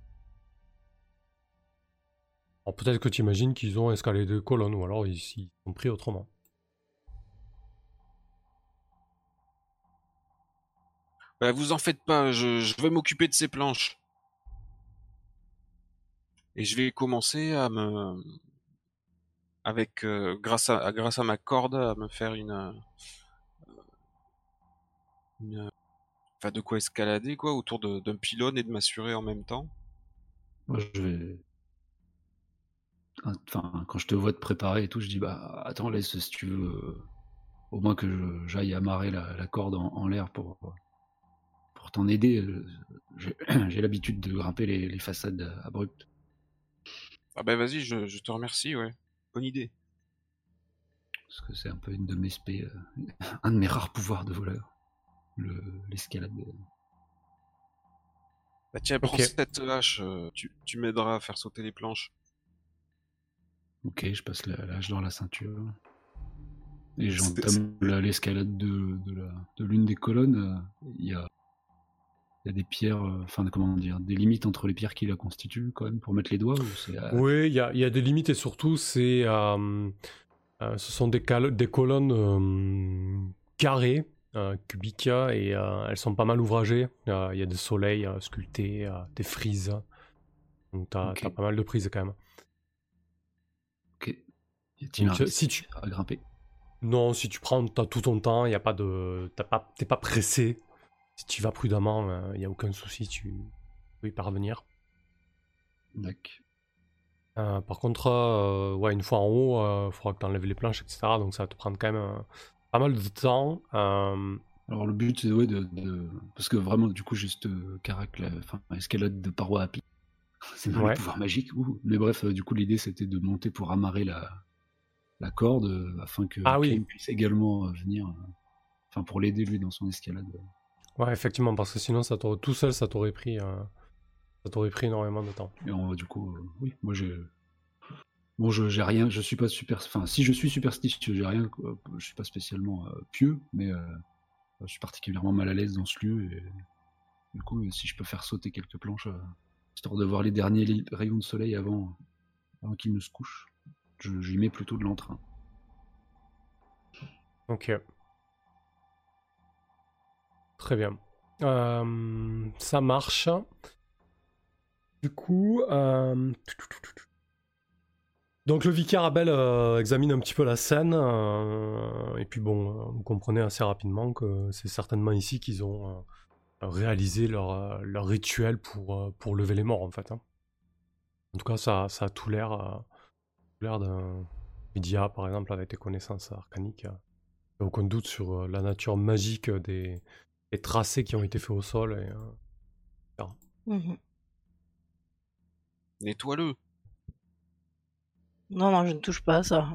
Alors peut-être que tu imagines qu'ils ont escalé des colonnes, ou alors ils ont pris autrement. Bah, vous en faites pas, je vais m'occuper de ces planches. Et je vais commencer à me... Avec, grâce à ma corde, à me faire enfin, de quoi escalader, quoi, autour d'un pylône et de m'assurer en même temps. Moi, je vais... Enfin, quand je te vois te préparer et tout, je dis, bah, attends, laisse, si tu veux, au moins que j'aille amarrer la corde en l'air pour t'en aider. J'ai l'habitude de grimper les façades abruptes. Ah bah vas-y, je te remercie, ouais. Bonne idée. Parce que c'est un peu une de mes spé, un de mes rares pouvoirs de voleur. L'escalade. Bah tiens, prends cette hache, tu m'aideras à faire sauter les planches. Ok, je passe la hache dans la ceinture. Et j'entame l'escalade de l'une des colonnes. Il y a des pierres, enfin comment dire, des limites entre les pierres qui la constituent quand même pour mettre les doigts ou c'est, Oui, il y a des limites et surtout ce sont des colonnes carrées, cubiques, et elles sont pas mal ouvragées. Il y a des soleils sculptés, des frises. Donc t'as pas mal de prises quand même. Ok. Y a-t-il un risque à grimper? Non, si tu prends tout ton temps, y a pas de, t'es pas pressé. Si tu vas prudemment, il n'y a aucun souci, tu peux y parvenir. D'accord. Par contre, ouais, une fois en haut, il faudra que tu enlèves les planches, etc. Donc ça va te prendre quand même pas mal de temps. Alors le but, c'est ouais, parce que vraiment, du coup, juste escalade de paroi à pied. C'est mal le pouvoir magique. Mais bref, du coup, l'idée, c'était de monter pour amarrer la corde afin que Kane puisse également venir... Enfin, pour l'aider, lui, dans son escalade. Ouais, effectivement, parce que sinon, tout seul, ça t'aurait pris énormément de temps. Et du coup, oui, moi j'ai... Bon, j'ai rien, je suis pas super... Enfin, si je suis superstitieux, j'ai rien... je suis pas spécialement pieux, mais je suis particulièrement mal à l'aise dans ce lieu, et du coup, si je peux faire sauter quelques planches, histoire de voir les derniers rayons de soleil avant avant qu'il ne se couche. J'y mets plutôt de l'entrain. Ok. Très bien. Ça marche. Du coup, donc le vicaire Abel examine un petit peu la scène, et puis bon, vous comprenez assez rapidement que c'est certainement ici qu'ils ont réalisé leur rituel pour lever les morts, en fait. Hein. En tout cas, ça a tout l'air d'un... Lydia, par exemple, avec tes connaissances arcaniques, aucun doute sur la nature magique des tracés qui ont été faits au sol. Et, Mhm. Nettoie-le. Non, je ne touche pas à ça.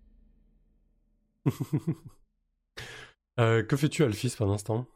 que fais-tu, Alphys, pendant ce temps?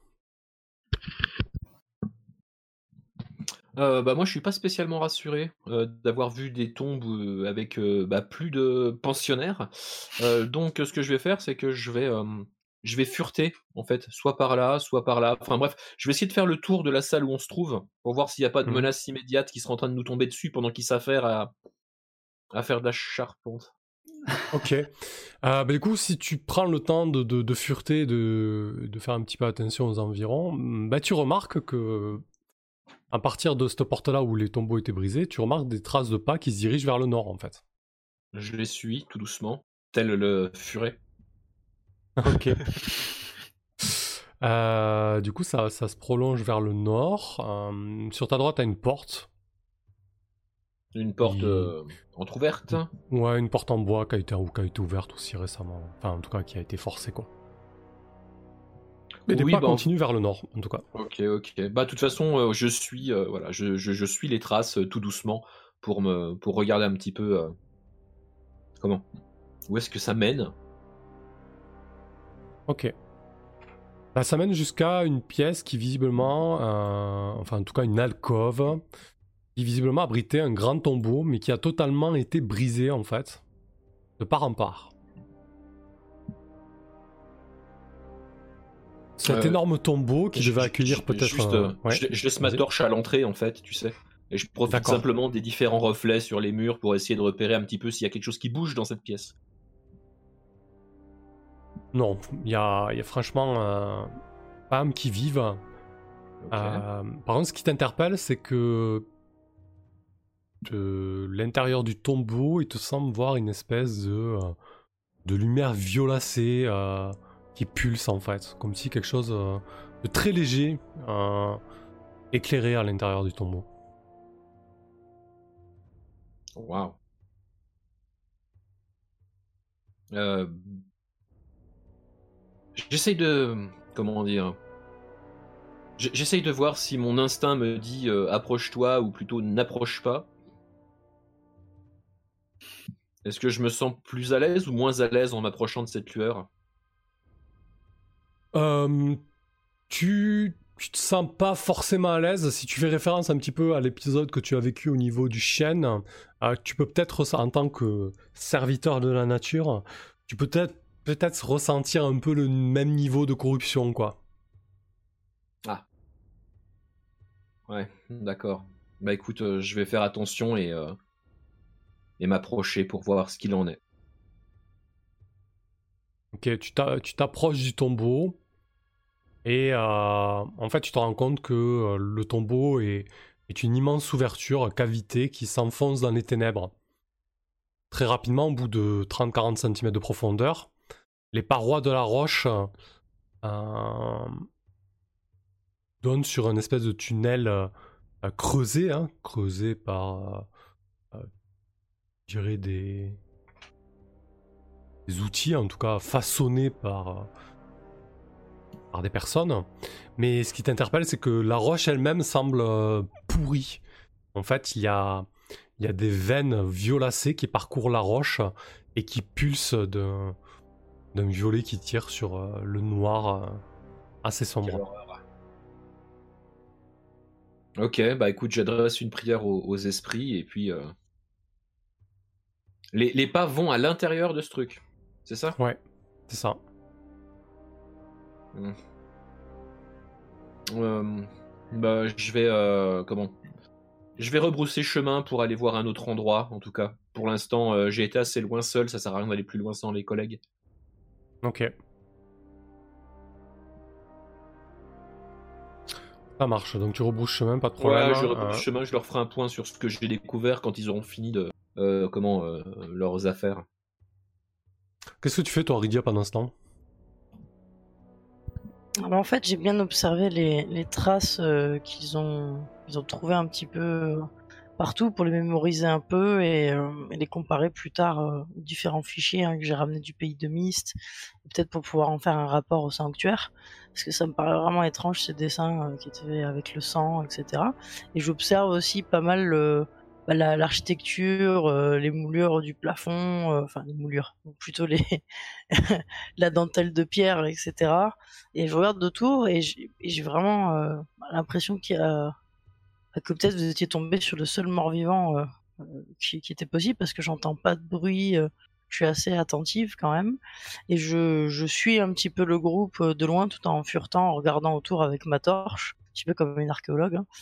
Moi, je suis pas spécialement rassuré d'avoir vu des tombes avec plus de pensionnaires. Donc, ce que je vais faire, c'est que je vais fureter, en fait, soit par là, soit par là. Enfin bref, je vais essayer de faire le tour de la salle où on se trouve pour voir s'il n'y a pas de menace immédiate qui sera en train de nous tomber dessus pendant qu'ils s'affairent à faire de la charpente. Ok. Du coup, si tu prends le temps de fureter, de faire un petit peu attention aux environs, tu remarques que à partir de cette porte-là où les tombeaux étaient brisés, tu remarques des traces de pas qui se dirigent vers le nord, en fait. Je les suis tout doucement, tel le furet. Ok. Du coup, ça se prolonge vers le nord. Sur ta droite, t'as une porte. Une porte entrouverte. Ouais, une porte en bois qui a été ouverte aussi récemment. Enfin, en tout cas, qui a été forcée, quoi. Mais des pas continuent vers le nord, en tout cas. Ok. De toute façon, je suis les traces tout doucement pour regarder un petit peu où est-ce que ça mène. Ok. Ça mène jusqu'à une pièce qui visiblement, enfin en tout cas une alcôve, qui visiblement abritait un grand tombeau, mais qui a totalement été brisé en fait, de part en part. Cet énorme tombeau qui devait accueillir peut-être... Je laisse ma torche à l'entrée en fait, tu sais. Et je profite simplement des différents reflets sur les murs pour essayer de repérer un petit peu s'il y a quelque chose qui bouge dans cette pièce. Non, il y a franchement pas âme qui vive. Okay. Par contre, ce qui t'interpelle, c'est que de l'intérieur du tombeau, il te semble voir une espèce de lumière violacée qui pulse en fait, comme si quelque chose de très léger éclairait à l'intérieur du tombeau. Waouh. J'essaye de... Comment dire... J'essaye de voir si mon instinct me dit approche-toi ou plutôt n'approche pas. Est-ce que je me sens plus à l'aise ou moins à l'aise en m'approchant de cette lueur ? Tu te sens pas forcément à l'aise. Si tu fais référence un petit peu à l'épisode que tu as vécu au niveau du chêne, tu peux peut-être, en tant que serviteur de la nature, tu peux peut-être ressentir un peu le même niveau de corruption, quoi. Ah. Ouais, d'accord. Bah écoute, je vais faire attention et m'approcher pour voir ce qu'il en est. Ok, tu t'approches du tombeau et en fait tu te rends compte que le tombeau est une immense ouverture, cavité qui s'enfonce dans les ténèbres. Très rapidement, au bout de 30-40 cm de profondeur, les parois de la roche donnent sur une espèce de tunnel creusé, creusé par, je dirais, des outils, en tout cas façonnés par des personnes. Mais ce qui t'interpelle, c'est que la roche elle-même semble pourrie. En fait, il y a des veines violacées qui parcourent la roche et qui pulsent d'un violet qui tire sur le noir assez sombre. Ok, bah écoute, j'adresse une prière aux esprits et puis... Les pas vont à l'intérieur de ce truc, c'est ça ? Ouais, c'est ça. Bah je vais... comment ? Je vais rebrousser chemin pour aller voir un autre endroit, en tout cas. Pour l'instant, j'ai été assez loin seul, ça sert à rien d'aller plus loin sans les collègues. Ok. Ça marche, donc tu rebrousses chemin, pas de problème. Ouais, je rebrousse chemin, je leur ferai un point sur ce que j'ai découvert quand ils auront fini de leurs affaires. Qu'est-ce que tu fais, toi, Rydia, pendant ce temps? En fait, j'ai bien observé les traces qu'ils ont trouvées un petit peu partout pour les mémoriser un peu et les comparer plus tard aux différents fichiers que j'ai ramenés du pays de Myst, peut-être pour pouvoir en faire un rapport au sanctuaire, parce que ça me paraît vraiment étrange ces dessins qui étaient faits avec le sang, etc. Et j'observe aussi pas mal l'architecture, les moulures du plafond, enfin les moulures, ou plutôt la dentelle de pierre, etc. Et je regarde autour et j'ai vraiment l'impression que peut-être vous étiez tombé sur le seul mort-vivant qui était possible, parce que j'entends pas de bruit, je suis assez attentive quand même, et je suis un petit peu le groupe de loin tout en furetant, en regardant autour avec ma torche, un petit peu comme une archéologue, hein.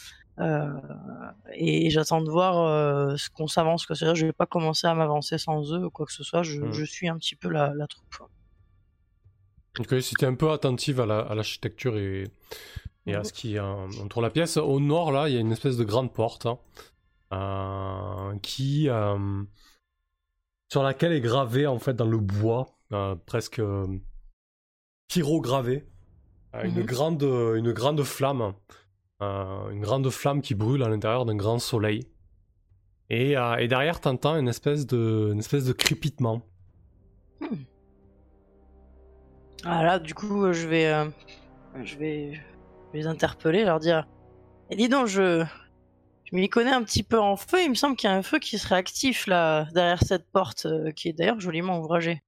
Et j'attends de voir ce qu'on s'avance, quoi. C'est-à-dire, je vais pas commencer à m'avancer sans eux ou quoi que ce soit, je suis un petit peu la troupe. Ok, si t'es un peu attentive à l'architecture et à ce qui entoure la pièce, au nord, là, il y a une espèce de grande porte sur laquelle est gravé, en fait, dans le bois, presque pyrogravé, une grande flamme. Une grande flamme qui brûle à l'intérieur d'un grand soleil. Et derrière, t'entends une espèce de crépitement. Ah là, du coup, je vais les interpeller, leur dire: et dis donc, je m'y connais un petit peu en feu, il me semble qu'il y a un feu qui serait actif là, derrière cette porte, qui est d'ailleurs joliment ouvragée.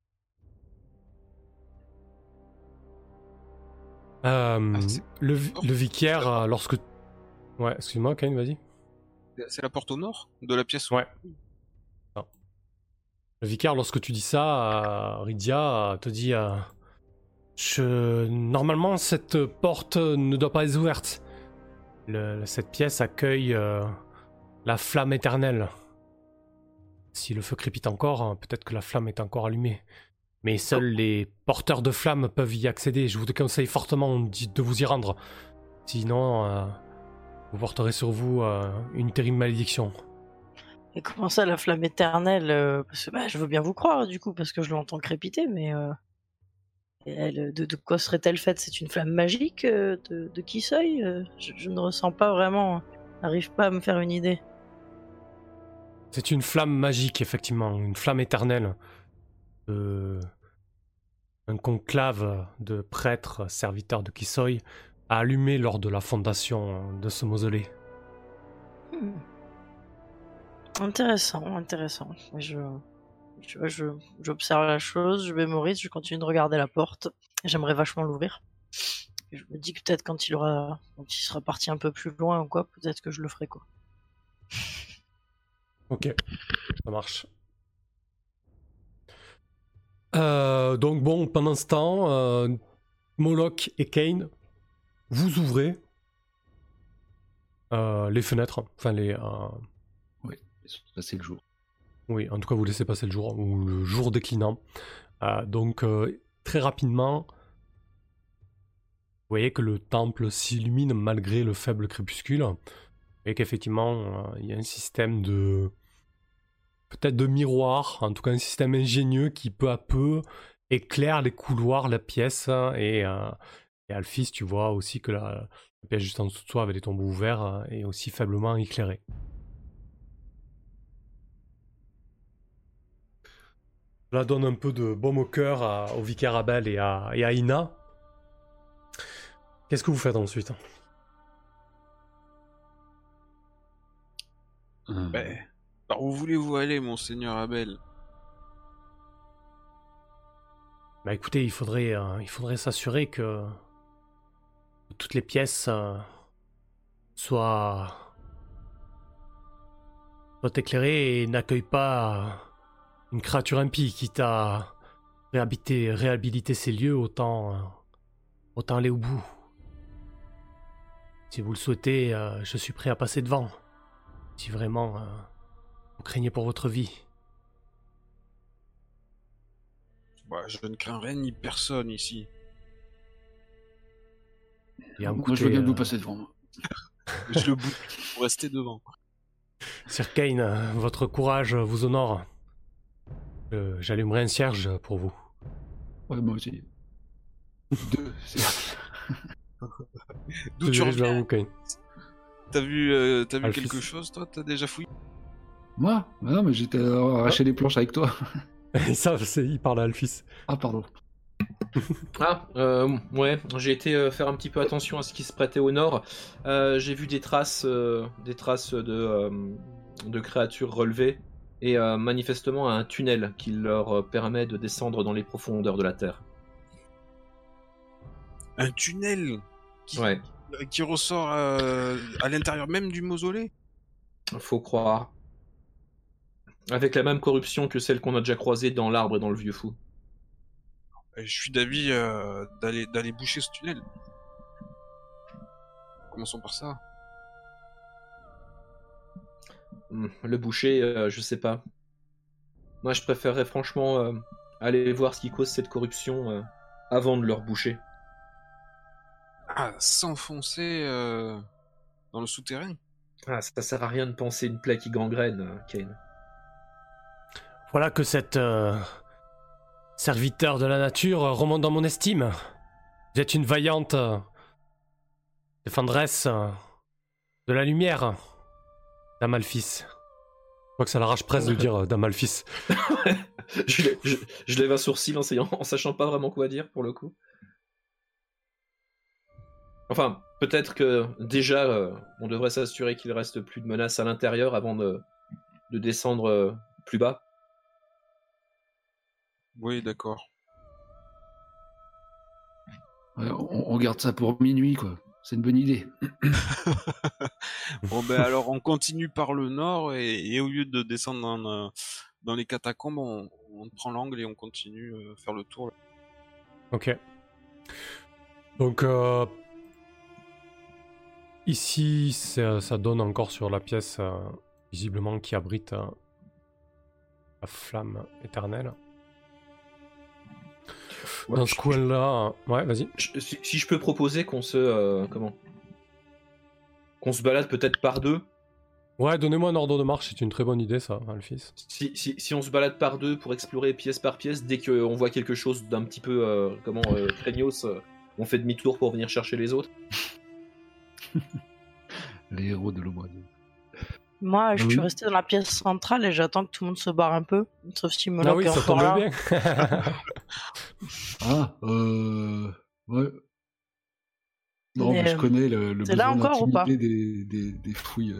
Le vicaire, lorsque... Ouais, excuse-moi, Kane, vas-y. C'est la porte au nord de la pièce. Ouais. Non. Le vicaire, lorsque tu dis ça, Rydia te dit... Normalement, cette porte ne doit pas être ouverte. Cette pièce accueille la flamme éternelle. Si le feu crépite encore, peut-être que la flamme est encore allumée. Mais seuls les porteurs de flammes peuvent y accéder. Je vous conseille fortement de vous y rendre. Sinon, vous porterez sur vous une terrible malédiction. Et comment ça, la flamme éternelle? Parce que je veux bien vous croire, du coup, parce que je l'entends crépiter, mais de quoi serait-elle faite? C'est une flamme magique de Kisoi? Je ne ressens pas vraiment, n'arrive pas à me faire une idée. C'est une flamme magique, effectivement, une flamme éternelle. Un conclave de prêtres serviteurs de Kisoi a allumé lors de la fondation de ce mausolée. Intéressant. J'observe la chose, je mémorise, je continue de regarder la porte. J'aimerais vachement l'ouvrir. Et je me dis que peut-être quand il sera parti un peu plus loin ou quoi, peut-être que je le ferai, quoi. Ok, ça marche. Donc bon, pendant ce temps, Moloch et Kane, vous ouvrez les fenêtres, enfin les... Oui, passer le jour. Oui, en tout cas vous laissez passer le jour, ou le jour déclinant. Donc très rapidement, vous voyez que le temple s'illumine malgré le faible crépuscule, et qu'effectivement il y a un système de... peut-être de miroir, en tout cas un système ingénieux qui peu à peu éclaire les couloirs, la pièce, et Alphys, tu vois aussi que la pièce juste en dessous de toi avec les tombeaux ouverts est aussi faiblement éclairée. Cela donne un peu de baume au cœur au vicaire Abel et à Ina. Qu'est-ce que vous faites ensuite? Alors où voulez-vous aller, monseigneur Abel? Bah écoutez, il faudrait s'assurer que toutes les pièces soient éclairées et n'accueillent pas une créature impie, quitte à réhabiliter ces lieux, autant aller au bout. Si vous le souhaitez, je suis prêt à passer devant. Si vraiment vous craignez pour votre vie. Bah, je ne crains rien ni personne ici. Bien, Moi, je veux bien que vous passez devant moi. Je le bouge pour rester devant. Sir Kane, votre courage vous honore. J'allumerai un cierge pour vous. Ouais, moi aussi. 2, c'est... D'où Je tu dirige vers reviens? vous, Kane. T'as vu Alphys. quelque chose, toi? T'as déjà fouillé? Moi? Bah non, mais j'étais arraché les planches avec toi. Et ça, il parle à Alphys. Ah, pardon. Ouais, j'ai été faire un petit peu attention à ce qui se prêtait au nord. J'ai vu des traces de créatures relevées et manifestement un tunnel qui leur permet de descendre dans les profondeurs de la terre. Un tunnel Ouais, qui ressort à l'intérieur même du mausolée? faut croire. Avec la même corruption que celle qu'on a déjà croisée dans l'arbre et dans le vieux fou. Je suis d'avis d'aller boucher ce tunnel. Commençons par ça. Le boucher, je sais pas. Moi, je préférerais franchement aller voir ce qui cause cette corruption avant de leur boucher. Ah, s'enfoncer dans le souterrain? Ah, ça sert à rien de penser une plaie qui gangrène, Kane. Voilà que cette serviteur de la nature remonte dans mon estime. Vous êtes une vaillante défendresse de la lumière, Dame Alphys. Je crois que ça l'arrache presque de dire Dame Alphys. je lève un sourcil en sachant pas vraiment quoi dire pour le coup. Enfin, peut-être que déjà, on devrait s'assurer qu'il reste plus de menaces à l'intérieur avant de descendre plus bas. Oui, d'accord. Ouais, on garde ça pour minuit, quoi. C'est une bonne idée. Bon, ben alors on continue par le nord et au lieu de descendre dans les catacombes, on prend l'angle et on continue faire le tour. Là. Ok. Donc, ici, ça donne encore sur la pièce, visiblement, qui abrite la flamme éternelle. Ouais, Dans ce coin-là... Ouais, vas-y. Si je peux proposer qu'on se... qu'on se balade peut-être par deux. Ouais, donnez-moi un ordre de marche, c'est une très bonne idée, ça, Alphys. Si on se balade par deux pour explorer pièce par pièce, dès qu'on voit quelque chose d'un petit peu craignos, on fait demi-tour pour venir chercher les autres. Les héros de l'Ombre. Moi, je Oui. suis resté dans la pièce centrale et j'attends que tout le monde se barre un peu. Sauf si Moloch Ah oui, est ça encore tombe là. bien. Ah, ouais. Non, mais je connais le t'es là besoin encore ou pas d'intimité des fouilles.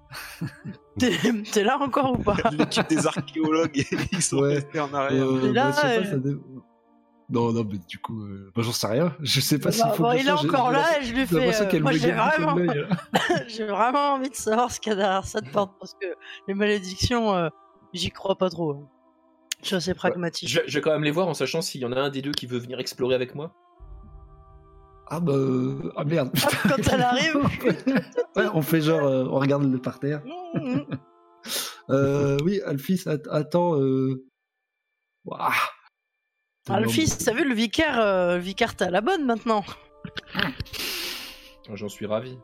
T'es là encore ou pas? L'équipe des archéologues, ils sont Ouais. restés en arrière. Et là, je sais pas, ça Non, mais du coup, j'en sais rien. Je sais pas s'il faut Bon, que je il est sache, encore là et je lui j'ai l'impression fais. qu'elle Moi, me j'ai guette du coin de l'œil, là. j'ai vraiment envie de savoir ce qu'il y a derrière cette porte parce que les malédictions, j'y crois pas trop. Je suis assez pragmatique. Je vais quand même les voir en sachant s'il y en a un des deux qui veut venir explorer avec moi. Ah bah... Ah merde. Quand elle arrive. Ouais, on fait genre... on regarde le parterre. Mmh. Oui, Alphys, attends... Ouah. Alphys, t'as vu le vicaire, t'es à la bonne maintenant. J'en suis ravi.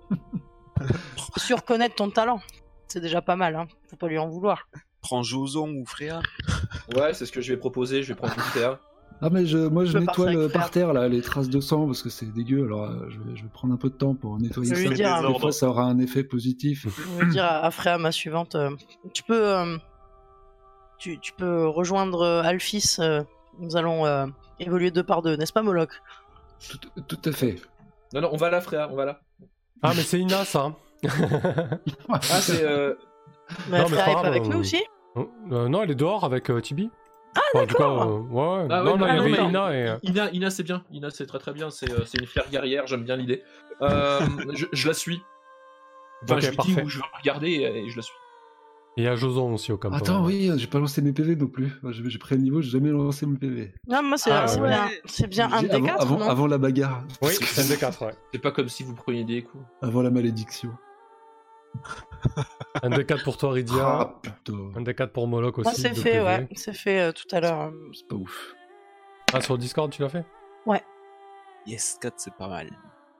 Su reconnaître ton talent. C'est déjà pas mal, hein. Faut pas lui en vouloir. Prends Joson ou Fréa. Ouais, c'est ce que je vais proposer, je vais prendre une Fréa. Ah mais moi je peux nettoie partir le avec Fréa. parterre là, les traces de sang parce que c'est dégueu, alors je vais prendre un peu de temps pour nettoyer Je vais ça. lui dire, Des fois ça aura un effet positif. Je vais dire à Fréa, ma suivante, tu peux rejoindre Alphys. Nous allons évoluer 2 par 2, n'est-ce pas, Moloch? Tout à fait. Non, on va là, Fréa, on va là. Ah, mais c'est Ina, ça. Ah, c'est... Mais Non, mais Fréa pas est pas grave, avec nous aussi? Non, elle est dehors avec Tibi. Ah, Enfin, en tout cas, d'accord. ouais. Ah, non, ouais, il y avait mais- Ina et... Ina, c'est bien. Ina, c'est très très bien. C'est une fière guerrière, j'aime bien l'idée. Je la suis. Enfin, Ok, je lui dis parfait. où je veux regarder et je la suis. Et il y a Joson aussi au camp. Attends, oui, j'ai pas lancé mes PV non plus. Moi, j'ai pris le niveau, j'ai jamais lancé mes PV. Non, moi, c'est Ah, c'est ouais. bien, c'est bien un des 4, non? avant la bagarre. Oui, c'est un des 4, ouais. C'est pas comme si vous preniez des coups. Avant la malédiction. Un D4 pour toi, Rydia. Ah putain, Un D4 pour Moloch aussi. Moi, c'est de fait, PV. ouais. C'est fait tout à l'heure. c'est pas ouf. Ah, sur Discord, tu l'as fait? Yes, 4, c'est pas mal.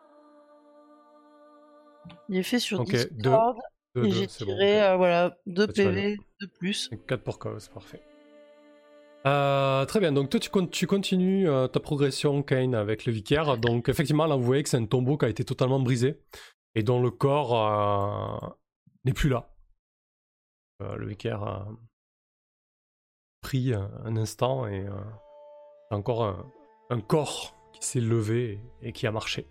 Il est fait sur Ok, Discord. Et j'ai c'est bon. tiré, voilà, 2 Ça, tu vas PV de plus. 4 pour Chaos, c'est parfait. Très bien, donc toi tu continues ta progression, Kane, avec le vicaire. Donc effectivement, là vous voyez que c'est un tombeau qui a été totalement brisé et dont le corps n'est plus là. Le vicaire a pris un instant et c'est encore un corps qui s'est levé et qui a marché.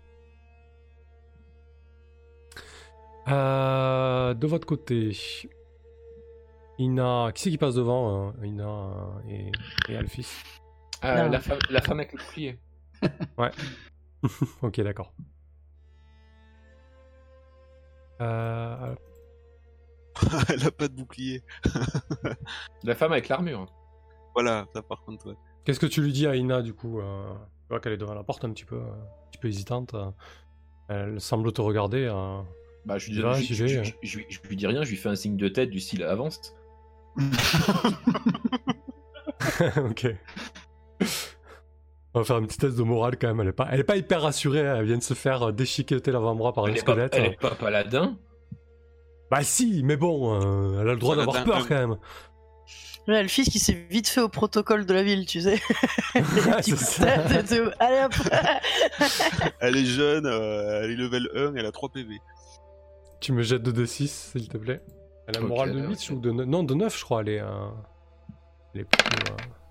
De votre côté, Ina, qui c'est qui passe devant Ina et Alphys? Non. La femme avec le bouclier. Ouais. Ok, d'accord. Elle a pas de bouclier. La femme avec l'armure. Voilà, ça par contre, ouais. Qu'est-ce que tu lui dis à Ina du coup Tu vois qu'elle est devant la porte un petit peu hésitante. Elle semble te regarder. Bah, je lui, Va, je, j'y je- vais. je lui dis rien, je lui fais un signe de tête du style avance. Ok. On va faire un petit test de morale quand même. Elle est pas hyper rassurée. Elle vient de se faire déchiqueter l'avant-bras par un squelette. Elle est pas paladin. Bah si, mais bon, elle a le droit d'avoir Paladin, peur quand même. Là, le fils qui s'est vite fait au protocole de la ville, tu sais. Ouais, c'est ça. Allez hop. Elle est jeune, elle est level 1, elle a 3 PV. Tu me jettes 2d6 s'il te plaît. Elle a une Ok, morale de ok. 8 ou de 9? Non, de 9 je crois. Elle est plutôt...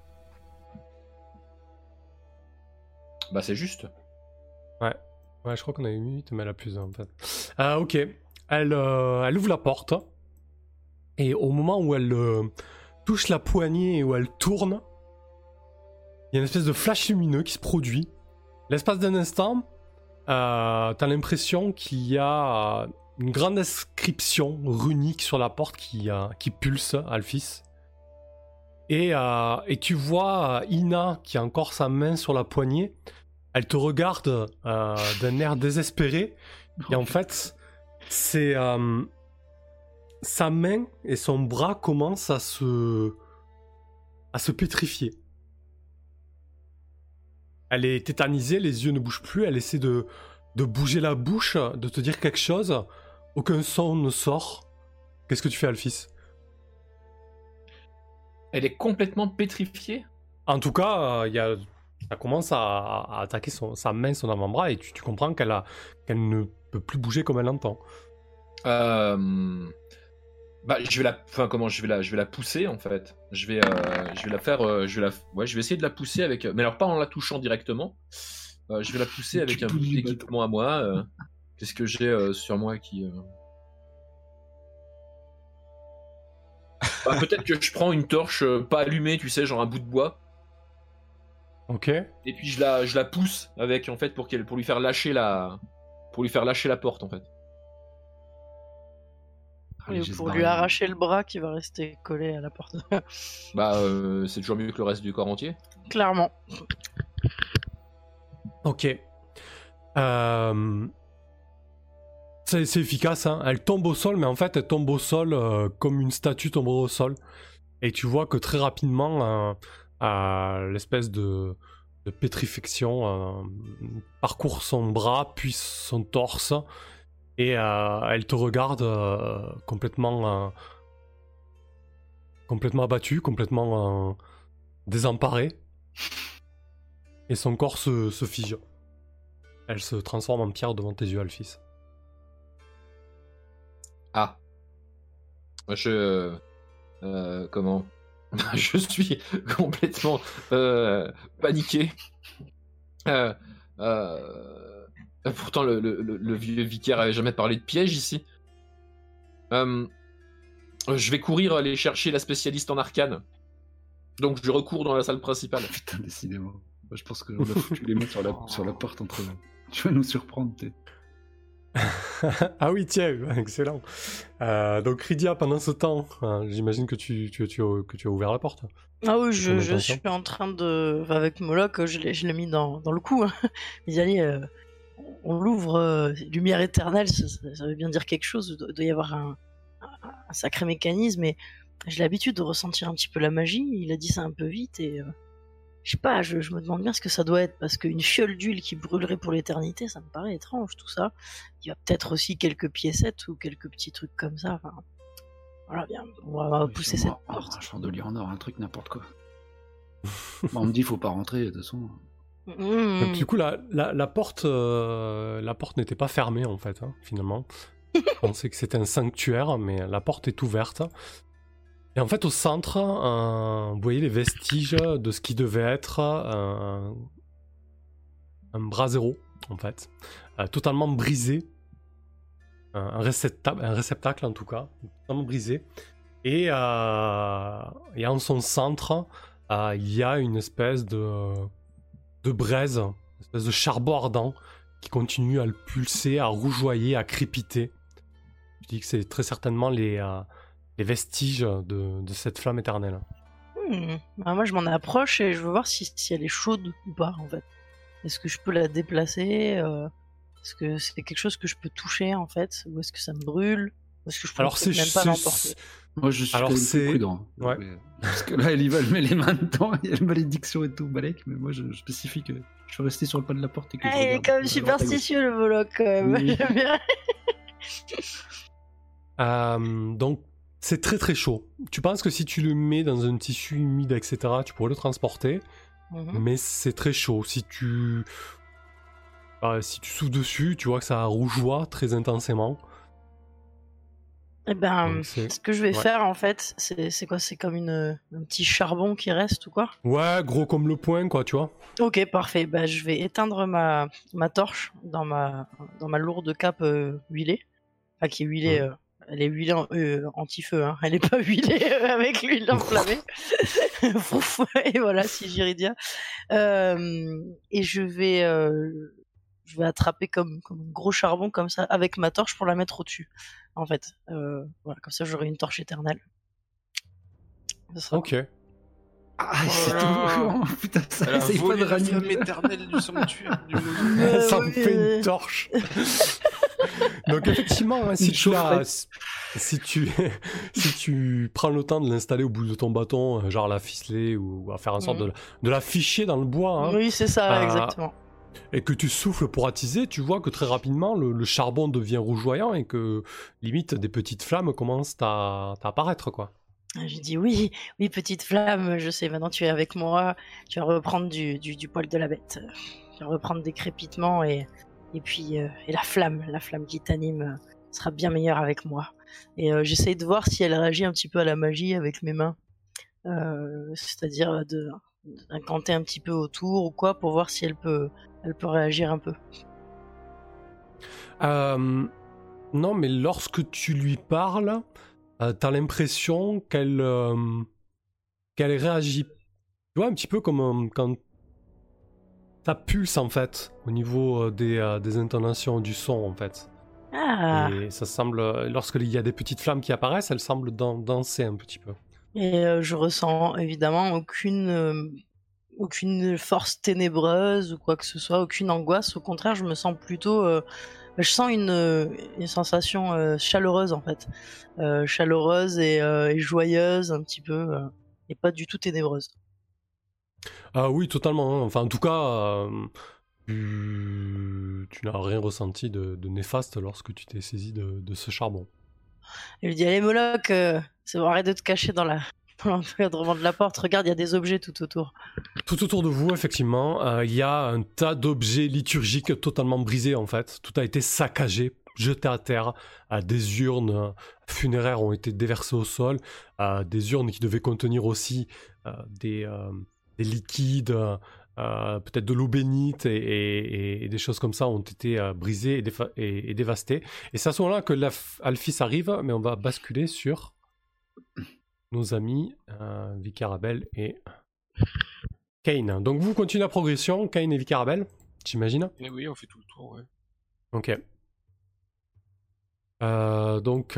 Bah, c'est juste. Ouais, je crois qu'on a eu 8, mais elle a plus en fait. Ok, elle ouvre la porte, et au moment où elle touche la poignée et où elle tourne, il y a une espèce de flash lumineux qui se produit. L'espace d'un instant, t'as l'impression qu'il y a une grande inscription runique sur la porte qui pulse, Alphys. Et tu vois Ina qui a encore sa main sur la poignée. Elle te regarde d'un air désespéré. Et en fait, c'est sa main et son bras commencent à se pétrifier. Elle est tétanisée, les yeux ne bougent plus. Elle essaie de bouger la bouche, de te dire quelque chose. Aucun son ne sort. Qu'est-ce que tu fais, Alphys? Elle est complètement pétrifiée. En tout cas, ça commence à attaquer sa main, son avant-bras, et tu comprends qu'elle ne peut plus bouger comme elle l'entend. Bah, je vais la pousser en fait. Je vais la faire, je vais essayer de la pousser avec, mais alors pas en la touchant directement. Je vais la pousser avec Tu un pousses petit les équipement à moi. Qu'est-ce que j'ai sur moi qui Bah, peut-être que je prends une torche pas allumée, tu sais, genre un bout de bois. Ok. Et puis je la pousse avec en fait pour lui faire lâcher la porte en fait. Allez, Et j'ai pour ce lui baril. arracher le bras qui va rester collé à la porte. Bah c'est toujours mieux que le reste du corps entier. Clairement. Ok. C'est efficace, hein. Elle tombe au sol, mais en fait, elle tombe au sol comme une statue tomberait au sol. Et tu vois que très rapidement, l'espèce de pétrification parcourt son bras, puis son torse. Et elle te regarde complètement abattu, complètement désemparé. Et son corps se fige. Elle se transforme en pierre devant tes yeux, Alphys. Ah. Comment je suis complètement paniqué. Pourtant, le vieux vicaire avait jamais parlé de piège ici. Je vais courir aller chercher la spécialiste en arcane. Donc je recours dans la salle principale. Putain, décidément. Moi, je pense qu'on a foutu les mains sur la porte entre nous. Tu vas nous surprendre, t'es. Ah oui, tiens, excellent. Donc Rydia, pendant ce temps, j'imagine que tu as ouvert la porte. Ah oui, C'est ton je intention. suis en train de... Enfin, avec Moloch, je l'ai mis dans le coup. Hein. Il dit, allez, on l'ouvre, lumière éternelle, ça veut bien dire quelque chose. Il doit y avoir un sacré mécanisme, et j'ai l'habitude de ressentir un petit peu la magie. Il a dit ça un peu vite, et je sais pas, je me demande bien ce que ça doit être, parce qu'une fiole d'huile qui brûlerait pour l'éternité, ça me paraît étrange tout ça. Il y a peut-être aussi quelques piécettes ou quelques petits trucs comme ça. Enfin, voilà, bien, on va pousser cette porte. Un chandelier en or, un truc n'importe quoi. On me dit faut pas rentrer, de toute façon. Donc, du coup, la porte n'était pas fermée en fait, hein, finalement. On pensait que c'était un sanctuaire, mais la porte est ouverte. Et en fait, au centre, vous voyez les vestiges de ce qui devait être un brasero, en fait, totalement brisé. Un réceptacle en tout cas, totalement brisé. Et en son centre, il y a une espèce de braise, une espèce de charbon ardent qui continue à le pulser, à rougeoyer, à crépiter. Je dis que c'est très certainement les vestiges de cette flamme éternelle. Alors moi je m'en approche et je veux voir si elle est chaude ou pas en fait. Est-ce que je peux la déplacer Est-ce que c'est quelque chose que je peux toucher en fait? Ou est-ce que ça me brûle? Ou est-ce que je peux même pas l'emporter? Moi je suis plus prudent. Ouais. Parce que là elle y va, elle met les mains dedans, il y a une malédiction et tout, balèque, mais moi je spécifie que je suis resté sur le pas de la porte et que il est quand même superstitieux le Moloch quand même. Oui. J'aime bien. Donc c'est très très chaud. Tu penses que si tu le mets dans un tissu humide, etc., tu pourrais le transporter, mais c'est très chaud. Si tu souffles dessus, tu vois que ça rougeoie très intensément. Eh ben, ce que je vais faire en fait, c'est quoi? C'est comme un petit charbon qui reste ou quoi? Ouais, gros comme le poing, quoi, tu vois. Ok, parfait. Bah, je vais éteindre ma torche dans ma lourde cape huilée. Enfin, qui est huilée. Elle est huilée anti-feu, hein. Elle est pas huilée avec l'huile enflammée. Et voilà, si j'iridia. Et je vais attraper comme un gros charbon comme ça avec ma torche pour la mettre au-dessus. En fait, voilà, comme ça j'aurai une torche éternelle. Ok. Ah, c'est tout. Putain, ça essaye pas de ranimer. La flamme éternelle du sanctuaire du Ça me fait une torche. Donc effectivement, hein, si tu prends le temps de l'installer au bout de ton bâton, genre la ficeler ou à faire en sorte de la ficher dans le bois. Hein, oui, c'est ça, exactement. Et que tu souffles pour attiser, tu vois que très rapidement le charbon devient rougeoyant et que limite des petites flammes commencent à apparaître, quoi. J'ai dit oui, petite flamme, je sais, maintenant tu es avec moi, tu vas reprendre du poil de la bête. Tu vas reprendre des crépitements et puis la flamme qui t'anime sera bien meilleure avec moi. Et j'essaye de voir si elle réagit un petit peu à la magie avec mes mains. C'est-à-dire d'incanter un petit peu autour ou quoi pour voir si elle peut réagir un peu. Non, mais lorsque tu lui parles, t'as l'impression qu'elle réagit. Tu vois, un petit peu comme quand ça pulse en fait au niveau des intonations du son en fait. Ah. Et ça semble, lorsqu'il y a des petites flammes qui apparaissent, elles semblent danser un petit peu. Et je ressens évidemment aucune force ténébreuse ou quoi que ce soit, aucune angoisse. Au contraire, je me sens plutôt... je sens une sensation chaleureuse en fait. Chaleureuse et joyeuse un petit peu, et pas du tout ténébreuse. Ah oui, totalement. Hein. Enfin, en tout cas, tu n'as rien ressenti de néfaste lorsque tu t'es saisi de ce charbon. Il lui dit, allez Moloch, c'est bon, arrête de te cacher dans l'encadrement de la porte, regarde, il y a des objets tout autour. Tout autour de vous, effectivement, il y a un tas d'objets liturgiques totalement brisés en fait. Tout a été saccagé, jeté à terre. Des urnes funéraires ont été déversées au sol. Des urnes qui devaient contenir aussi des liquides, peut-être de l'eau bénite et des choses comme ça ont été brisées et dévastées. Et c'est à ce moment-là que Alphys arrive, mais on va basculer sur nos amis Vicarabel et Kane. Donc vous continuez la progression, Kane et Vicarabel, j'imagine. Et oui, on fait tout le tour, ouais. Ok. Donc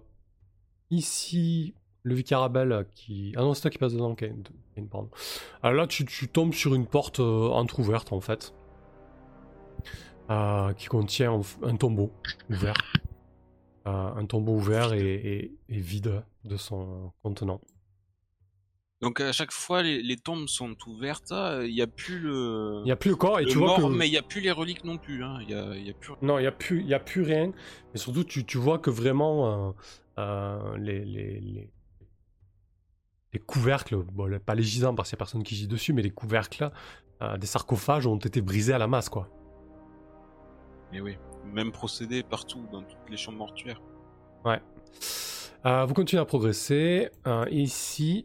ici, le Vicarabel qui... Ah non, c'est toi qui passe dedans, Kane, pardon. Alors là, tu tombes sur une porte entrouverte, en fait. qui contient un tombeau ouvert. Un tombeau ouvert et vide de son contenant. Donc à chaque fois, les tombes sont ouvertes, il n'y a plus Il n'y a plus le corps et le tu mort, vois que... mais il n'y a plus les reliques non plus. Hein. Y a plus... Non, il n'y a plus rien. Et surtout, tu vois que vraiment les couvercles, bon, pas les gisants parce qu'il n'y a personne qui gît dessus, mais les couvercles des sarcophages ont été brisés à la masse, quoi. Mais oui, même procédé partout, dans toutes les chambres mortuaires. Ouais. Vous continuez à progresser. Ici...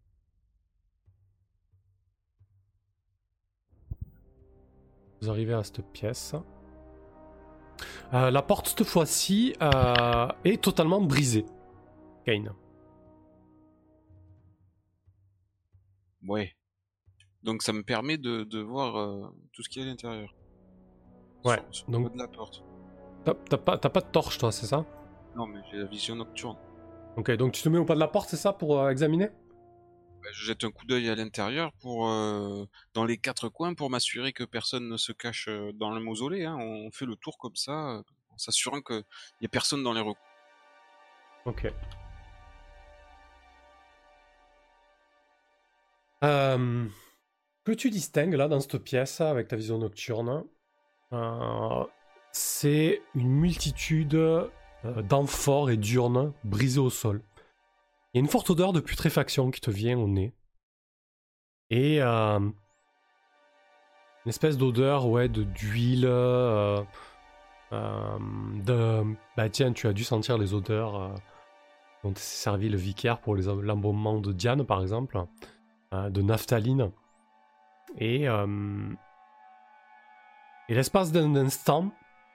Vous arrivez à cette pièce. La porte, cette fois-ci, est totalement brisée. Kane. Ouais. Donc ça me permet de voir tout ce qu'il y a à l'intérieur. Ouais, Sur donc- le haut de la porte. T'as pas de torche, toi, c'est ça? Non, mais j'ai la vision nocturne. Ok, donc tu te mets au pas de la porte, c'est ça, pour examiner? Bah, je jette un coup d'œil à l'intérieur pour dans les 4 coins pour m'assurer que personne ne se cache dans le mausolée. Hein. On fait le tour comme ça, en s'assurant qu'il n'y a personne dans les recoins. Ok. Que tu distingues là dans cette pièce avec ta vision nocturne, c'est une multitude d'amphores et d'urnes brisées au sol. Il y a une forte odeur de putréfaction qui te vient au nez. Et une espèce d'odeur, ouais, d'huile. Bah tiens, tu as dû sentir les odeurs dont s'est servi le vicaire pour l'embaumement de Diane, par exemple, de naphtaline. Et l'espace d'un instant,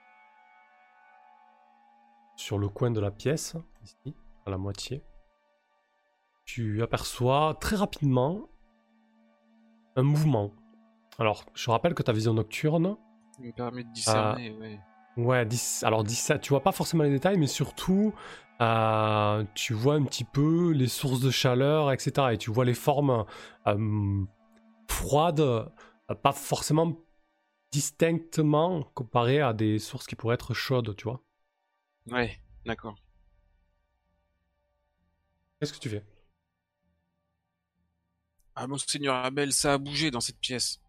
sur le coin de la pièce, ici, à la moitié, tu aperçois très rapidement un mouvement. Alors, je rappelle que ta vision nocturne... Ça me permet de discerner, ouais. Ouais, alors tu vois pas forcément les détails, mais surtout, tu vois un petit peu les sources de chaleur, etc. Et tu vois les formes froides, pas forcément distinctement comparées à des sources qui pourraient être chaudes, tu vois. Ouais, d'accord. Qu'est-ce que tu fais? Ah, Monseigneur Abel, ça a bougé dans cette pièce.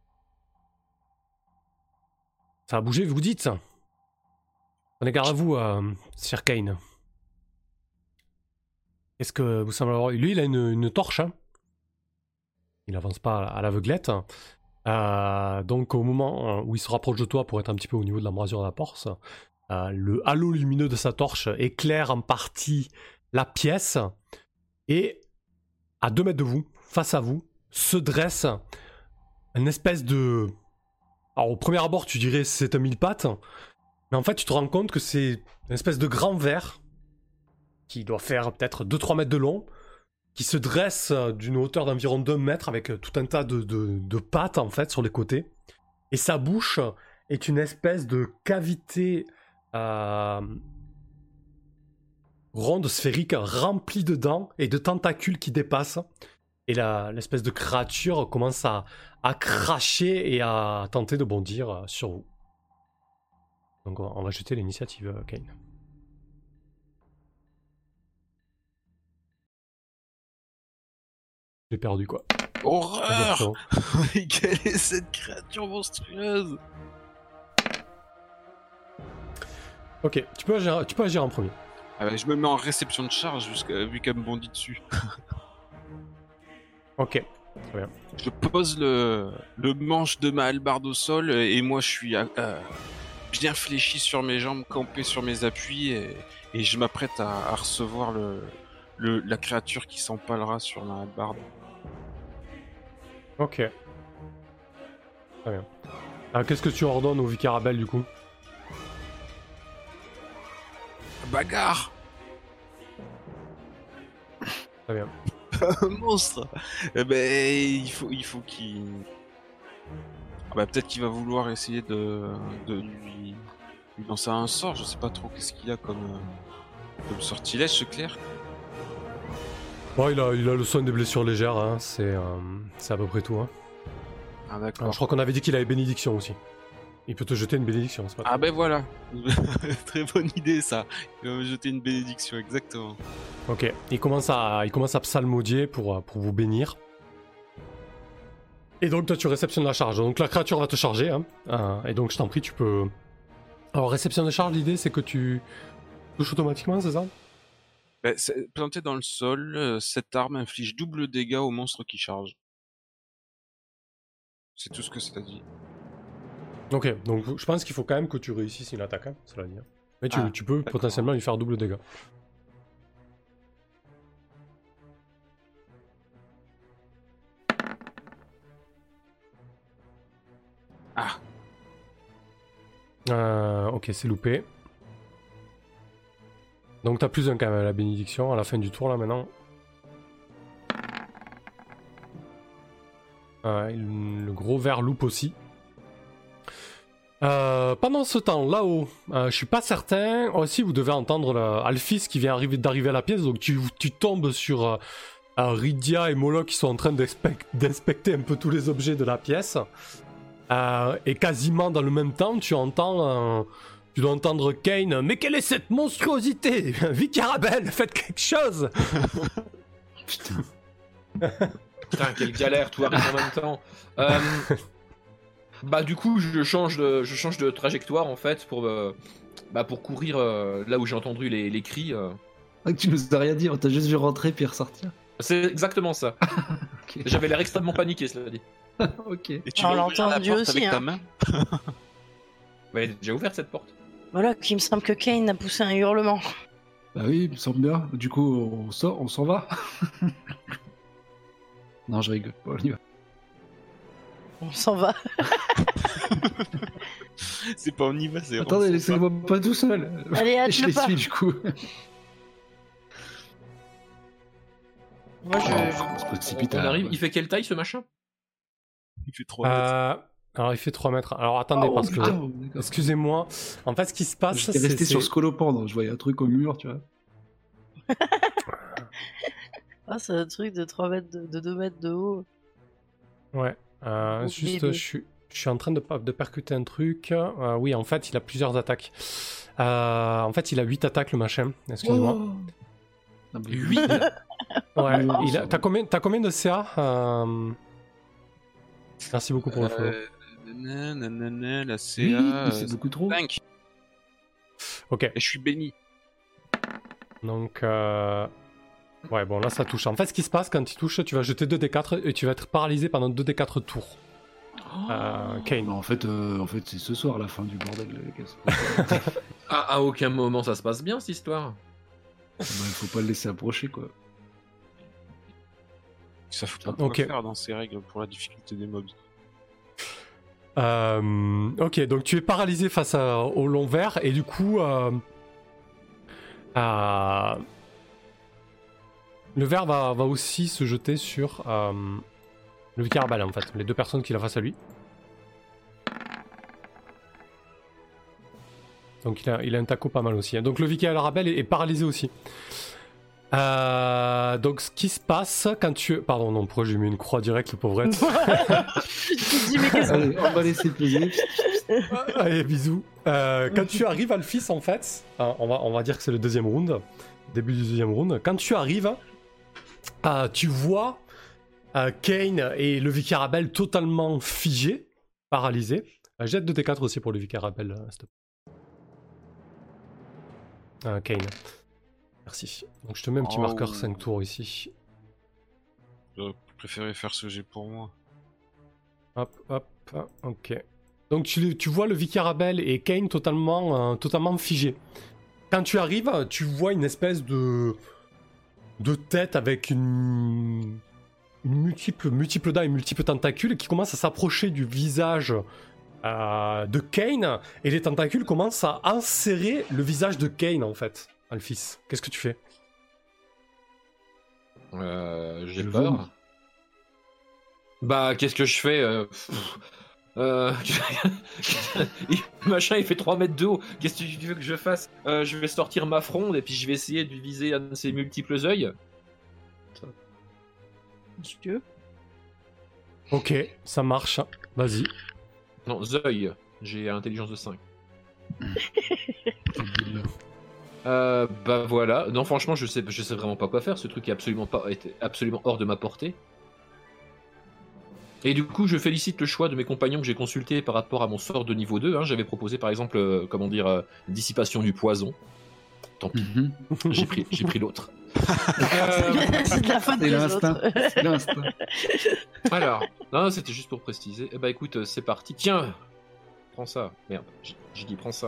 Ça a bougé, vous dites? Prenez garde à vous, Sir Kane. Qu'est-ce que vous semblez avoir? Lui, il a une torche, hein. Il avance pas à l'aveuglette. Donc, au moment où il se rapproche de toi pour être un petit peu au niveau de l'embrasure de la porte, le halo lumineux de sa torche éclaire en partie la pièce. Et à 2 mètres de vous, face à vous, se dresse une espèce de... Alors, au premier abord, tu dirais c'est un mille-pattes. Mais en fait, tu te rends compte que c'est une espèce de grand ver qui doit faire peut-être 2-3 mètres de long, qui se dresse d'une hauteur d'environ 2 mètres avec tout un tas de pattes en fait sur les côtés. Et sa bouche est une espèce de cavité ronde, sphérique, remplie de dents et de tentacules qui dépassent. Et l'espèce de créature commence à cracher et à tenter de bondir sur vous. Donc on va jeter l'initiative, Kane. J'ai perdu, quoi. Horreur! Mais quelle est cette créature monstrueuse? Ok, tu peux agir en premier. Ah bah, je me mets en réception de charge vu qu'elle me bondit dessus. Ok, très bien. Je pose le manche de ma hallebarde au sol et moi je suis bien fléchi sur mes jambes, campé sur mes appuis et je m'apprête à recevoir la créature qui s'empalera sur ma hallebarde. Ok. Très bien. Qu'est-ce que tu ordonnes au vicaire Abel, du coup? Bagarre! Très bien. Un monstre! Eh ben, il faut qu'il... Ah bah, peut-être qu'il va vouloir essayer de lui lancer un sort, je sais pas trop qu'est-ce qu'il a comme sortilège, ce clerc. Bon, il a le soin des blessures légères, hein. C'est à peu près tout. Hein. Ah d'accord. Alors, je crois qu'on avait dit qu'il avait bénédiction aussi. Il peut te jeter une bénédiction, c'est pas Ah ben voilà. Très bonne idée ça. Il va me jeter une bénédiction, exactement. Ok, il commence à psalmodier pour vous bénir. Et donc toi tu réceptionnes la charge. Donc la créature va te charger, hein. Et donc je t'en prie, tu peux... Alors réception de charge, l'idée c'est que tu touches automatiquement, c'est ça? Ben, planté dans le sol, cette arme inflige double dégâts au monstre qui charge. C'est tout ce que ça dit. Ok, donc je pense qu'il faut quand même que tu réussisses une attaque, hein, cela dit. Mais tu peux d'accord. potentiellement lui faire double dégâts. Ok, c'est loupé. Donc t'as plus un quand même à la bénédiction à la fin du tour là maintenant. Le gros ver loupe aussi. Pendant ce temps, là-haut, je suis pas certain. Aussi, vous devez entendre Alphys qui vient d'arriver à la pièce. Donc tu tombes sur Rydia et Moloch qui sont en train d'inspecter un peu tous les objets de la pièce. Et quasiment dans le même temps, tu dois entendre Kane. Mais quelle est cette monstruosité? Vicarabel, faites quelque chose! Putain. Putain, quelle galère, tout arrive en même temps. Bah du coup, je change de trajectoire en fait pour courir là où j'ai entendu les cris. Ah, tu nous as rien dit, on t'a juste vu rentrer puis ressortir. C'est exactement ça. Ok. J'avais l'air extrêmement paniqué, cela dit. Ok. Et tu On vas l'a ouvrir la entendu porte aussi, avec ta hein. main? Ouais, j'ai ouvert cette porte. Voilà, qu'il me semble que Kane a poussé un hurlement. Bah oui, il me semble bien. Du coup, on s'en va. Non, je rigole. Bon, on y va. On s'en va. C'est pas on y va, c'est on Attendez, s'en laissez-moi pas tout seul. Allez, hâte Je le les pas. suis du coup. Moi, On se On précipite à arrive, il fait quelle taille ce machin? va. Il fait 3 mètres. Alors il fait 3 mètres. Alors attendez, Oh, parce que... putain, d'accord. Excusez-moi. En fait, ce qui se passe, J'étais resté sur Scolopendre, je voyais un truc au mur, tu vois. Ah, c'est un truc de 3 mètres, de 2 mètres de haut. Ouais. Oh, Juste, bébé. je suis en train de percuter un truc. Oui, en fait, il a plusieurs attaques. En fait, il a 8 attaques, le machin. Excusez-moi. Oh. Non, mais 8. Ouais. Oh, ça va. T'as combien de CA Merci beaucoup pour le follow. Nanana, la CA. Oui, c'est beaucoup trop. 5. Ok. Et je suis béni. Donc... Ouais, bon, là, ça touche. En fait, ce qui se passe, quand il touche, tu vas jeter 2d4 et tu vas être paralysé pendant 2d4 tours. Kane. Non, en fait, c'est ce soir la fin du bordel, les gars. À aucun moment ça se passe bien cette histoire. Il faut pas le laisser approcher, quoi. Ça faut pas Ok. faire dans ces règles pour la difficulté des mobs. Ok, donc tu es paralysé face au long vert et du coup... le ver va aussi se jeter sur le vicarabal en fait, les deux personnes qu'il a face à lui. Donc il a un taco pas mal aussi. Hein. Donc le vicarabal est paralysé aussi. Donc ce qui se passe quand tu... Pardon, non, pourquoi j'ai mis une croix directe, le pauvrette. Je te dis, mais qu'est-ce Allez, on va laisser payer. Allez, bisous. Quand tu arrives à le fils, en fait, on va dire que c'est le deuxième round, début du deuxième round. Quand tu arrives, tu vois Kane et le vicarabel totalement figés, paralysés. Jette 2d4 aussi pour le vicarabel, s'il te plaît. Kane. Merci. Donc je te mets un petit Oh. marqueur 5 tours ici. J'aurais préféré faire ce jet pour moi. Hop, hop, ok. Donc tu vois le vicarabel et Kane totalement figés. Quand tu arrives, tu vois une espèce de tête avec une multiple dents et multiples tentacules qui commence à s'approcher du visage de Kane, et les tentacules commencent à enserrer le visage de Kane en fait. Alphys, qu'est-ce que tu fais? J'ai Le peur. vomir. Bah, qu'est-ce que je fais Le machin il fait 3 mètres de haut. Qu'est-ce que tu veux que je fasse? Je vais sortir ma fronde et puis je vais essayer de viser un de ses multiples yeux. Dieu. Ok, ça marche. Vas-y. Non, yeux. J'ai intelligence de 5. Quel dealer. Bah voilà. Non, franchement, je sais vraiment pas quoi faire. Ce truc est absolument hors de ma portée. Et du coup, je félicite le choix de mes compagnons que j'ai consultés par rapport à mon sort de niveau 2. Hein. J'avais proposé par exemple, dissipation du poison. Tant pis, Mhm. j'ai pris l'autre. C'est de la faute C'est des l'instinct. autres. C'est l'instinct. Alors, non, c'était juste pour préciser. Eh bah écoute, c'est parti. Tiens, prends ça. Merde, j'ai dit prends ça.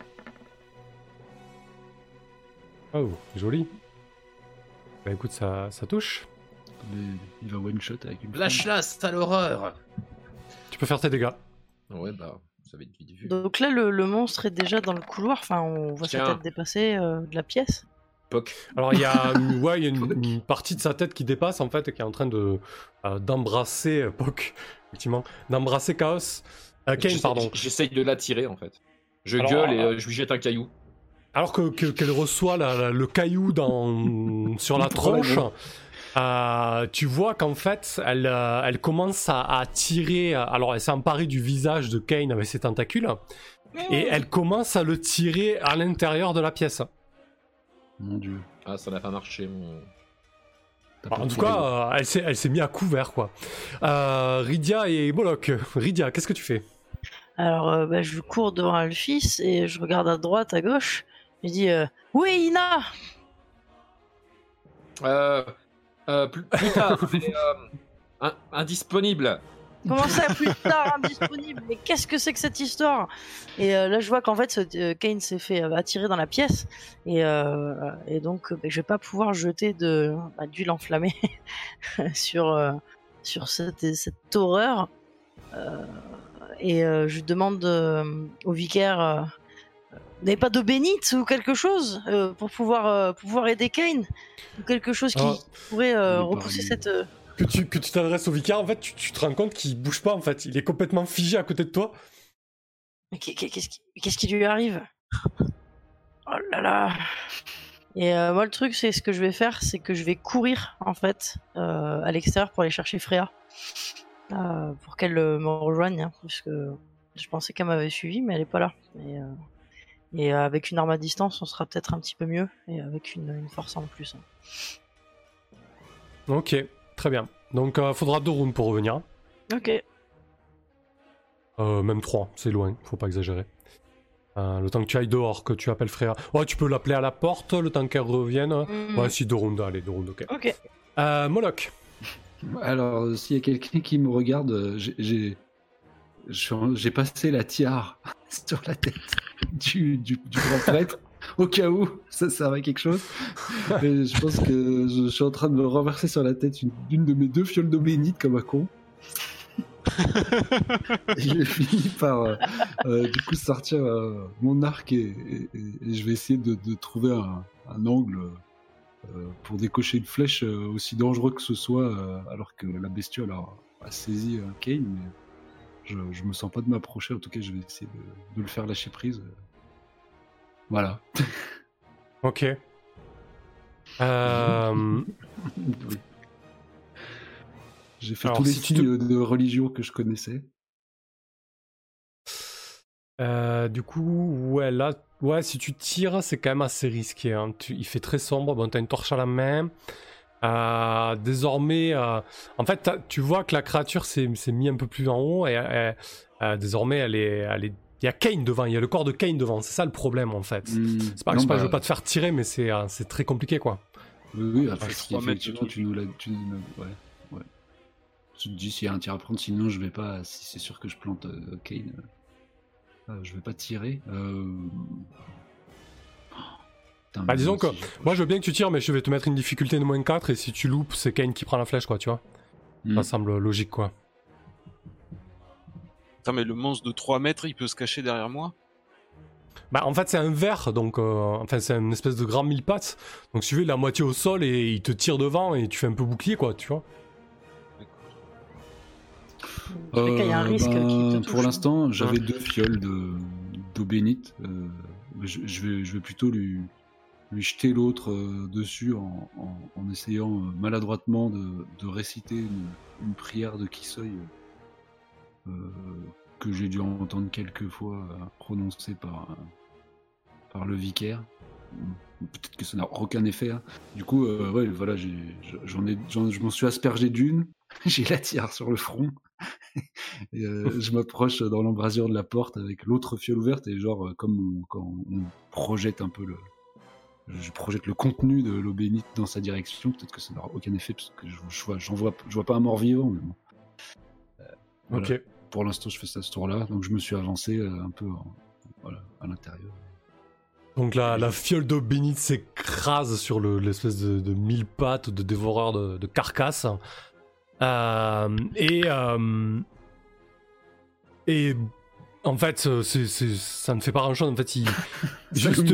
Oh, joli. Bah écoute, ça touche. Mais il va one shot avec une. Lâche-la, sale horreur. Tu peux faire tes dégâts. Ouais, bah, ça va être vite vu. Donc là, le monstre est déjà dans le couloir. Enfin, on voit sa Tiens. tête dépasser de la pièce. Poc. Alors il y a, il y a une partie de sa tête qui dépasse en fait et qui est en train de d'embrasser Puck, effectivement, d'embrasser Chaos. Kane, pardon. J'essaye de l'attirer en fait. Je Alors, gueule et je lui jette un caillou. Alors qu'elle reçoit le caillou sur la tronche, tu vois qu'en fait, elle commence à tirer. Alors, elle s'est emparée du visage de Kane avec ses tentacules et elle commence à le tirer à l'intérieur de la pièce. Mon dieu. Ah, ça n'a pas marché. T'as pas En tout tiré, cas, elle s'est mise à couvert, quoi. Rydia et Moloch. Rydia, qu'est-ce que tu fais? Alors, je cours devant Alphys et je regarde à droite, à gauche. Je dis oui, Ina. Plus tard, mais, indisponible. Comment ça, plus tard, indisponible? Mais qu'est-ce que c'est que cette histoire? Et là, je vois qu'en fait, Kane s'est fait attirer dans la pièce. Et donc, je vais pas pouvoir jeter d'huile enflammée sur cette horreur. Et je demande au vicaire, vous n'avez pas d'eau bénite ou quelque chose pour pouvoir aider Kane? Ou quelque chose qui pourrait repousser cette... Que tu t'adresses au vicaire, en fait, tu te rends compte qu'il bouge pas, en fait. Il est complètement figé à côté de toi. Qu'est-ce qui lui arrive? Oh là là. Et moi, le truc, c'est ce que je vais faire, c'est que je vais courir, en fait, à l'extérieur pour aller chercher Freya. Pour qu'elle me rejoigne, hein, parce que je pensais qu'elle m'avait suivi, mais elle est pas là. Et avec une arme à distance, on sera peut-être un petit peu mieux, et avec une force en plus. Hein. Ok, très bien. Donc, faudra 2 rounds pour revenir. Ok. Même 3, c'est loin, faut pas exagérer. Le temps que tu ailles dehors, que tu appelles Freya. Ouais, tu peux l'appeler à la porte, le temps qu'elle revienne. Ouais, si 2 rounds, allez, 2 rounds, ok. Ok. Moloch. Alors, s'il y a quelqu'un qui me regarde, j'ai passé la tiare sur la tête du grand prêtre, au cas où ça servait à quelque chose. Et je pense que je suis en train de me renverser sur la tête d'une de mes 2 fioles d'eau bénite comme un con. Et je finis par du coup sortir mon arc et je vais essayer de trouver un angle pour décocher une flèche aussi dangereux que ce soit alors que la bestiole a saisi Kane, mais je me sens pas de m'approcher. En tout cas, je vais essayer de le faire lâcher prise. Voilà. Ok. Oui. J'ai fait Alors, tous les si tu signes de religion que je connaissais. Du coup, ouais, là, ouais, si tu tires, c'est quand même assez risqué. Hein. Il fait très sombre. Bon, t'as une torche à la main. Désormais, en fait, tu vois que la créature s'est mise un peu plus en haut et désormais, elle est. Il y a Kane devant. Il y a le corps de Kane devant. C'est ça le problème, en fait. C'est pas que je veux pas te faire tirer, mais c'est très compliqué, quoi. Oui, Enfin, parce 3 mètres de qu'effectivement, tu nous l'as. Ouais. Tu te dis s'il y a un tir à prendre, sinon je vais pas. Si c'est sûr que je plante Kane, je vais pas tirer. Putain, Disons que si moi je veux bien que tu tires, mais je vais te mettre une difficulté de -4 et si tu loupes, c'est Kane qui prend la flèche, quoi, tu vois. Ça semble logique, quoi. Attends, mais le monstre de 3 mètres, il peut se cacher derrière moi? En fait, c'est un ver, donc enfin, c'est une espèce de grand mille pattes. Donc, si tu veux, il est à moitié au sol et il te tire devant et tu fais un peu bouclier, quoi, tu vois. Je sais qu'il y a un risque qui te touche. Pour l'instant, j'avais 2 fioles d'eau bénite. Je vais plutôt lui jeter l'autre dessus en essayant maladroitement de réciter une prière de Kisoi que j'ai dû entendre quelques fois prononcé par le vicaire. Peut-être que ça n'a aucun effet. Hein. Du coup, ouais, voilà, je m'en suis aspergé d'une. J'ai la tiare sur le front. Et, je m'approche dans l'embrasure de la porte avec l'autre fiole ouverte et genre comme quand on projette un peu je projette le contenu de l'eau bénite dans sa direction. Peut-être que ça n'aura aucun effet parce que je vois pas un mort-vivant. Mais bon. Voilà. Ok. Pour l'instant, je fais ça ce tour-là, donc je me suis avancé un peu à l'intérieur. Donc la fiole d'eau bénite s'écrase sur l'espèce de mille pattes de dévoreur de carcasses. Et en fait, ça ne fait pas grand-chose. En fait, juste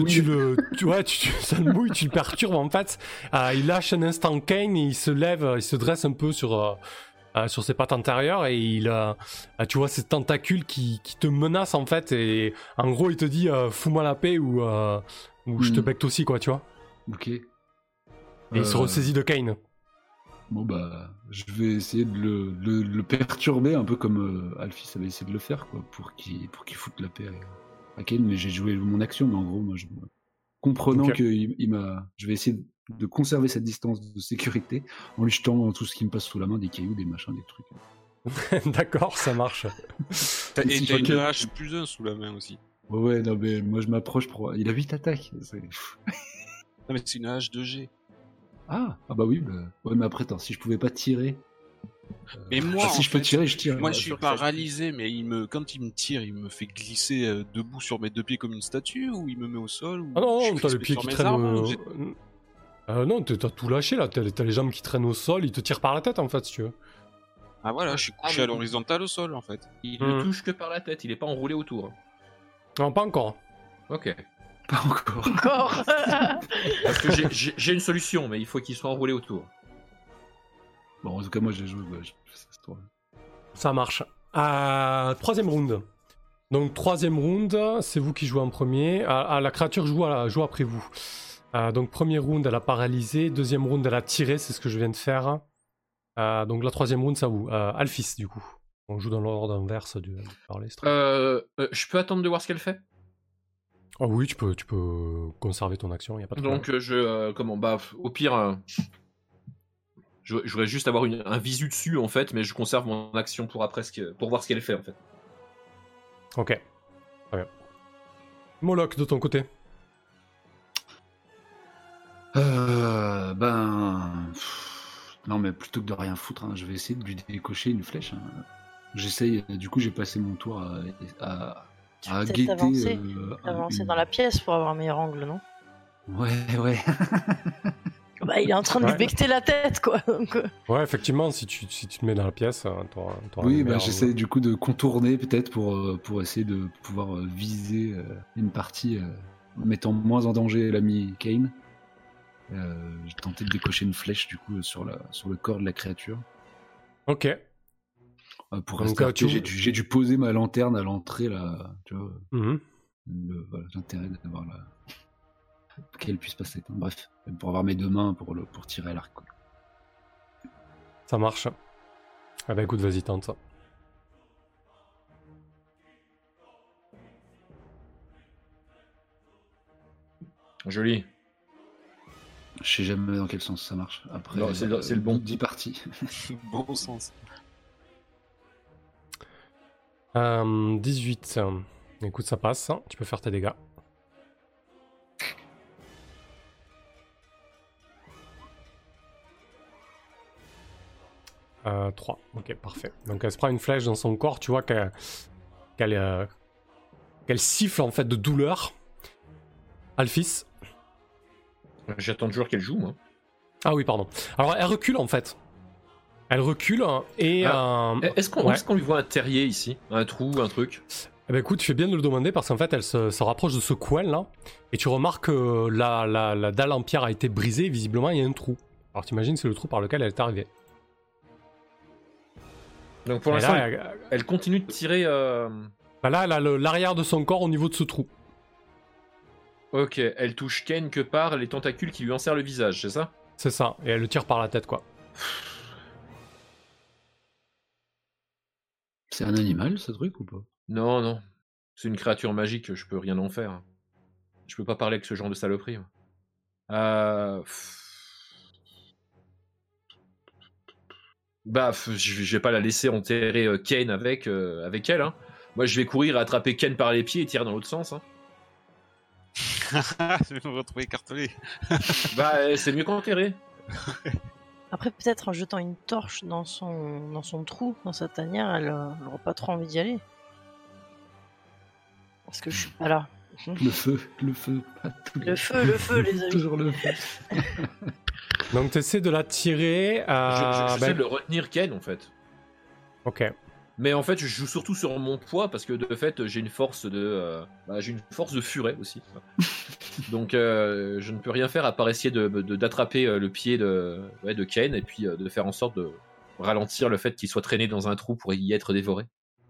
ça le mouille, tu le perturbes. En fait, il lâche un instant Kane et il se lève, il se dresse un peu sur ses pattes antérieures et tu vois ces tentacules qui te menacent en fait. Et en gros, il te dit fous-moi la paix ou je te becte aussi, quoi, tu vois. Ok. Et il se ressaisit de Kane. Bon bah, je vais essayer de le perturber un peu comme Alphys avait essayé de le faire, quoi, pour qu'il foute la paix à Kane. Mais j'ai joué mon action, mais en gros, moi, comprenant que je vais essayer de conserver cette distance de sécurité en lui jetant tout ce qui me passe sous la main, des cailloux, des machins, des trucs. D'accord, ça marche. Et t'as une hache plus 1 sous la main aussi. Ouais, non mais moi je m'approche pour... Il a 8 attaques. Non mais c'est une hache 2G. Ah bah oui, ouais, mais après, attends, si je pouvais pas tirer... Mais moi, si je peux tirer, je tire. Moi, je suis paralysé, mais quand il me tire, il me fait glisser debout sur mes 2 pieds comme une statue, ou il me met au sol, ou Ah non, t'as les crispé pieds sur qui mes traînent... armes, non, t'as tout lâché, là. T'as les jambes qui traînent au sol, il te tire par la tête, en fait, si tu veux. Ah voilà, je suis couché à l'horizontale au sol, en fait. Il ne touche que par la tête, il est pas enroulé autour. Hein. Non, pas encore. Ok. Pas encore. Encore. Parce que j'ai une solution, mais il faut qu'il soit enroulé autour. Bon, en tout cas, moi, j'ai joué, je fais ça ce tour. Ça marche. Troisième round. Donc, troisième round, c'est vous qui jouez en premier. La créature joue après vous. Donc, premier round, elle a paralysé. Deuxième round, elle a tiré, c'est ce que je viens de faire. Donc, la troisième round, ça vous. Alphys, du coup. On joue dans l'ordre inverse du parler. Je peux attendre de voir ce qu'elle fait. Oh oui, tu peux conserver ton action, y a pas de problème. Donc, au pire... Je voudrais juste avoir un visu dessus en fait, mais je conserve mon action pour après pour voir ce qu'elle fait en fait. Ok. Très bien. Moloch, de ton côté. Non mais plutôt que de rien foutre, hein, je vais essayer de lui décocher une flèche. Hein. J'essaye, du coup j'ai passé mon tour à guetter. Avancer dans la pièce pour avoir un meilleur angle, non? Ouais. Bah, il est en train de lui becter la tête, quoi. Donc... Ouais, effectivement, si tu te mets dans la pièce, t'auras oui, j'essaie du coup de contourner peut-être pour essayer de pouvoir viser une partie en mettant moins en danger l'ami Kane. J'ai tenté de décocher une flèche du coup sur le corps de la créature. Ok. Pour rester j'ai dû poser ma lanterne à l'entrée là, tu vois. Mm-hmm. L'intérêt d'avoir qu'elle puisse pas s'éteindre. Bref, pour avoir mes 2 mains pour tirer à l'arc. Quoi. Ça marche. Ah bah écoute, vas-y, tente ça. Joli. Je sais jamais dans quel sens ça marche. Après, non, c'est le bon. 10 parties. Bon sens. 18. Écoute, ça passe. Tu peux faire tes dégâts. « 3. Ok, parfait. Donc elle se prend une flèche dans son corps, tu vois qu'elle siffle en fait de douleur. Alphys. J'attends toujours qu'elle joue, moi. Ah oui, pardon. Alors elle recule en fait. Elle recule et... Est-ce qu'on lui voit un terrier ici? Un trou, un truc? Eh ben écoute, tu fais bien de le demander parce qu'en fait elle se rapproche de ce coin là et tu remarques que la dalle en pierre a été brisée et visiblement il y a un trou. Alors t'imagines c'est le trou par lequel elle est arrivée. Donc pour l'instant, elle continue de tirer... Bah là, elle a l'arrière de son corps au niveau de ce trou. Ok, elle touche Kane que par les tentacules qui lui enserrent le visage, c'est ça? C'est ça, et elle le tire par la tête, quoi. C'est un animal, ce truc, ou pas? Non, non. C'est une créature magique, je peux rien en faire. Je peux pas parler avec ce genre de saloperie. Pff. Bah, je vais pas la laisser enterrer Kane avec elle. Hein. Moi, je vais courir et attraper Kane par les pieds et tirer dans l'autre sens. Hein. Je vais me retrouver écartelé. Bah, c'est mieux qu'enterrer. Après, peut-être en jetant une torche dans son trou, dans sa tanière, elle n'aura pas trop envie d'y aller. Parce que je suis pas là. Le feu. Le feu, les amis. Toujours le feu. Donc tu essaies de la tirer. J'essaie de le retenir Kane, en fait. Ok. Mais en fait, je joue surtout sur mon poids parce que de fait, j'ai une force de furet aussi. Donc, je ne peux rien faire à part essayer d'attraper le pied de Kane et puis de faire en sorte de ralentir le fait qu'il soit traîné dans un trou pour y être dévoré.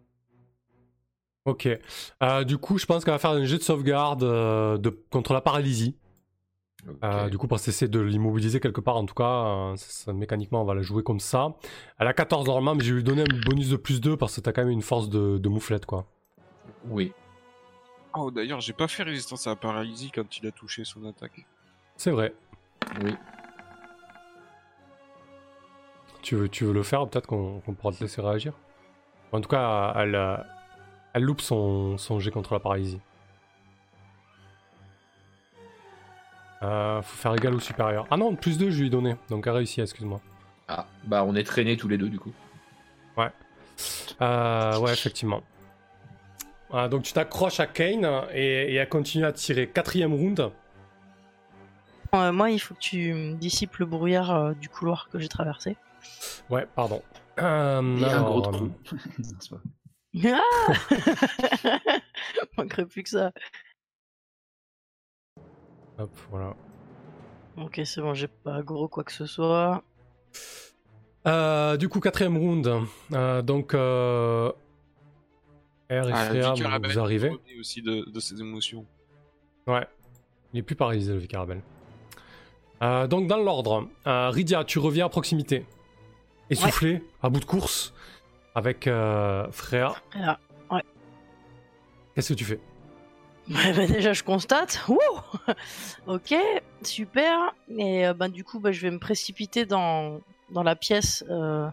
Ok. Du coup, je pense qu'elle va faire un jet de sauvegarde contre la paralysie. Okay. Du coup, pour essayer de l'immobiliser quelque part, en tout cas, mécaniquement, on va la jouer comme ça. Elle a 14 normalement, mais je vais lui donner un bonus de +2 parce que t'as quand même une force de mouflette, quoi. Oui. Oh, d'ailleurs, j'ai pas fait résistance à la paralysie quand il a touché son attaque. C'est vrai. Oui. Tu veux le faire? Peut-être qu'on pourra te laisser réagir. En tout cas, elle loupe son jet contre la paralysie. Faut faire égal ou supérieur. Ah non, +2 je lui ai donné, donc elle a réussi, excuse-moi. Ah, bah on est traînés tous les deux du coup. Ouais. Ouais, effectivement. Donc tu t'accroches à Kane et elle continue à tirer. 4ème round. Moi, il faut que tu dissipes le brouillard du couloir que j'ai traversé. Ouais, pardon. Et un gros trou. Non, c'est pas... Ah manquerait plus que ça. Hop, voilà. Ok, c'est bon, j'ai pas gros quoi que ce soit. Du coup, 4ème round. Donc, R et Freya, vous arrivez. Aussi de ses émotions. Ouais. Il est plus paralysé, le Vicarabel. Donc, dans l'ordre, Rydia, tu reviens à proximité. Essoufflé, à bout de course, avec Freya. Freya, ouais. Qu'est-ce que tu fais? Bah, déjà, je constate. Ok, super. Et du coup, je vais me précipiter dans la pièce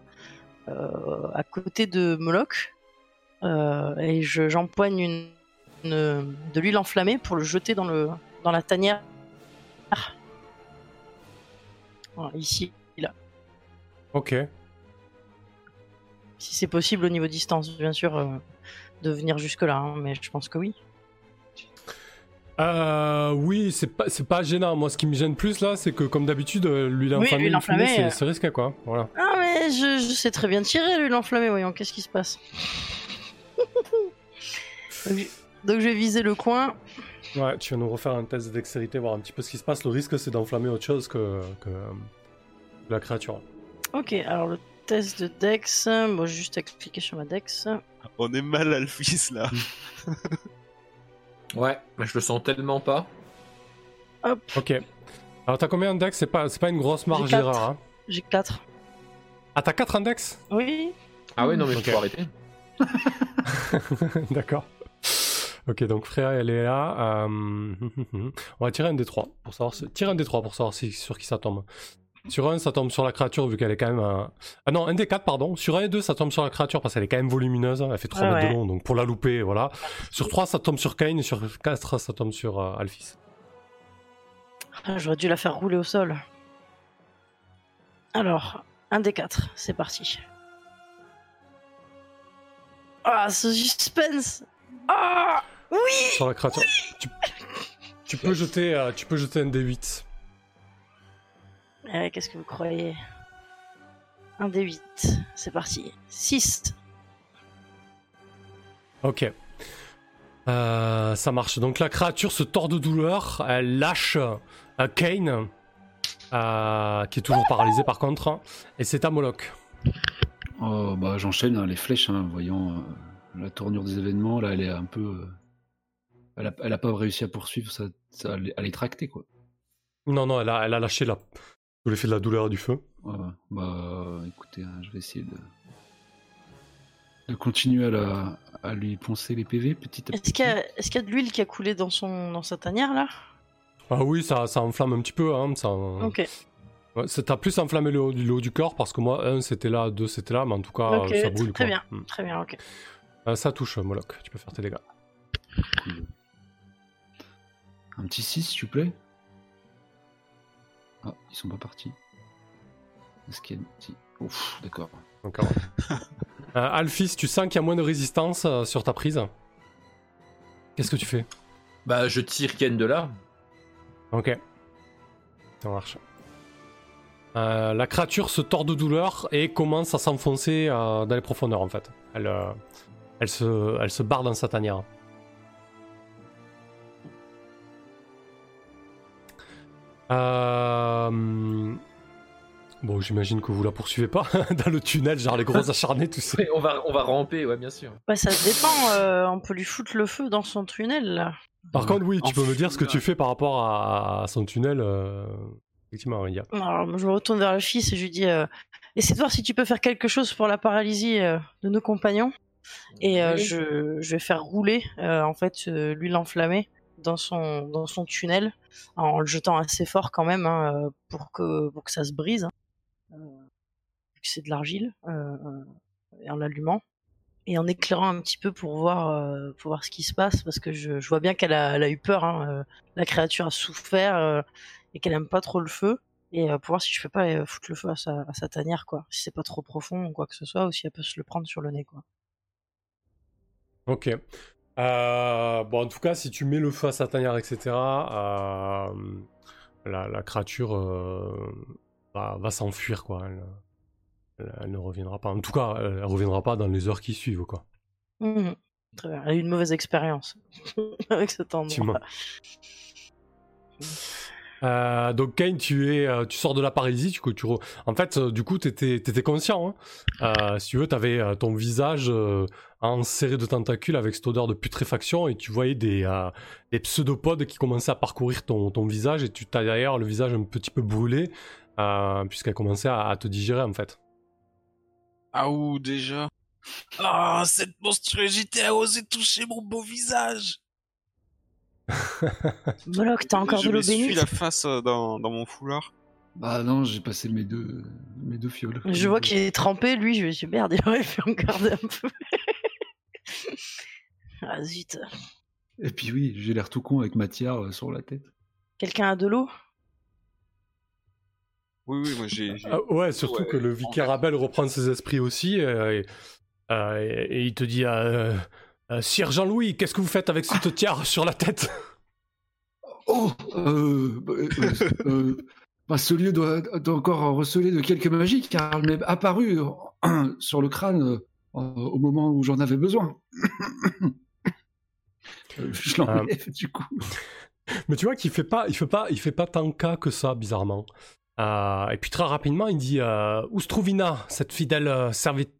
à côté de Moloch. Et j'empoigne de l'huile enflammée pour le jeter dans la tanière. Voilà, ici, là. Ok. Si c'est possible au niveau distance, bien sûr, de venir jusque-là, hein, mais je pense que oui. Oui, c'est pas gênant. Moi, ce qui me gêne plus là, c'est que comme d'habitude, l'huile enflammée, c'est risqué, quoi. Voilà. Ah, mais je sais très bien tirer l'huile enflammée, voyons, qu'est-ce qui se passe? Donc je vais viser le coin. Ouais, tu vas nous refaire un test de dextérité, voir un petit peu ce qui se passe. Le risque, c'est d'enflammer autre chose que la créature. Ok, alors le test de Dex, bon, juste à cliquer sur ma Dex. On est mal Alphys là. Ouais, mais je le sens tellement pas. Hop. Ok. Alors t'as combien de Dex? C'est pas une grosse marge d'erreur. Hein. J'ai 4. Ah, t'as 4 en Dex? Oui. Ah ouais, non mais okay. faut arrêter. D'accord. Ok, donc Freya, elle est là. On va tirer un D3 pour savoir. Tire un D3 pour savoir sur qui ça tombe. Sur 1, ça tombe sur la créature vu qu'elle est quand même... Ah non, un D4, pardon. Sur 1 et 2, ça tombe sur la créature parce qu'elle est quand même volumineuse. Elle fait 3 mètres de long, donc pour la louper, voilà. Sur 3, ça tombe sur Kane et sur 4, ça tombe sur Alphys. J'aurais dû la faire rouler au sol. Alors, un D4, c'est parti. Ah, ce suspense! Ah, oui! Sur la créature. Oui, tu peux jeter un D8. Qu'est-ce que vous croyez? Un D8, c'est parti. 6. Ok. Ça marche. Donc la créature se tord de douleur. Elle lâche Kane, qui est toujours paralysé par contre. Et c'est à Moloch. Oh, bah j'enchaîne hein, les flèches, hein, voyant la tournure des événements. Là, elle est un peu... Elle a pas réussi à poursuivre, à les tracter, quoi. Non, elle a lâché sous l'effet de la douleur et du feu. Ouais, bah écoutez, hein, je vais essayer de continuer à lui poncer les PV petit à petit. Est-ce qu'il y a de l'huile qui a coulé dans sa tanière là? Ah oui, ça enflamme un petit peu. Hein, ça, Ok. Ouais, t'as plus enflammé le haut du corps parce que moi, 1 c'était là, 2 c'était là, mais en tout cas, Ok, ça brûle. très quoi. bien, très bien, ok. Ça touche, Moloch. Tu peux faire tes dégâts. Cool. Un petit 6, s'il vous plaît. Ah, ils sont pas partis. Est-ce qu'il y a un petit... Ouf, d'accord. Encore. Alphys, tu sens qu'il y a moins de résistance sur ta prise. Qu'est-ce que tu fais? Bah, je tire Ken de là. Ok. Ça marche. La créature se tord de douleur et commence à s'enfoncer dans les profondeurs en fait. Elle se barre dans sa tanière. Bon, j'imagine que vous la poursuivez pas dans le tunnel, genre les gros acharnés, tout ça. Ouais, on va ramper, ouais, bien sûr. Bah, ça dépend, on peut lui foutre le feu dans son tunnel là. Par contre, oui, tu peux me dire Enfile, ce que tu fais par rapport à son tunnel. Effectivement, il y a. Alors, je me retourne vers le fils et je lui dis essaie de voir si tu peux faire quelque chose pour la paralysie de nos compagnons. Et je vais faire rouler en fait l'huile enflammée dans son tunnel en le jetant assez fort quand même hein, pour que ça se brise. Vu que c'est de l'argile et en l'allumant et en éclairant un petit peu pour voir ce qui se passe parce que je vois bien qu'elle a eu peur. Hein, la créature a souffert et qu'elle aime pas trop le feu. Et pour voir si je peux pas foutre le feu à sa tanière, quoi. Si c'est pas trop profond ou quoi que ce soit, ou si elle peut se le prendre sur le nez, quoi. Ok. Bon, en tout cas, si tu mets le feu à sa tanière, etc., la créature va s'enfuir, quoi. Elle ne reviendra pas. En tout cas, elle reviendra pas dans les heures qui suivent, quoi. Mmh. Très bien. Elle a eu une mauvaise expérience avec cet endroit. Donc Kane, tu sors de la paralysie. En fait, du coup, t'étais conscient. Hein. Si tu veux, t'avais ton visage enserré de tentacules avec cette odeur de putréfaction et tu voyais des pseudopodes qui commençaient à parcourir ton visage et tu t'as d'ailleurs le visage un petit peu brûlé puisqu'elle commençait à te digérer en fait. Ah ou déjà. Ah, cette monstruosité a osé toucher mon beau visage. Moloch, t'as encore de l'eau Je m'essuie bénite? la face dans mon foulard. Bah non, j'ai passé mes deux fioles. Je vois qu'il est trempé, lui, je me suis dit, merde, il aurait pu en garder un peu. Ah zut. Et puis oui, j'ai l'air tout con avec ma tiare sur la tête. Quelqu'un a de l'eau? Oui, moi j'ai... Ouais, surtout que le vicaire Abel reprend ses esprits aussi et il te dit Sire Jean-Louis, qu'est-ce que vous faites avec cette tiare sur la tête? Oh ce lieu doit encore receler de quelques magies car elle m'est apparue sur le crâne au moment où j'en avais besoin. Je l'enlève du coup. Mais tu vois qu'il fait pas tant cas que ça, bizarrement. Et puis très rapidement, il dit où se trouve Ina, cette fidèle servite.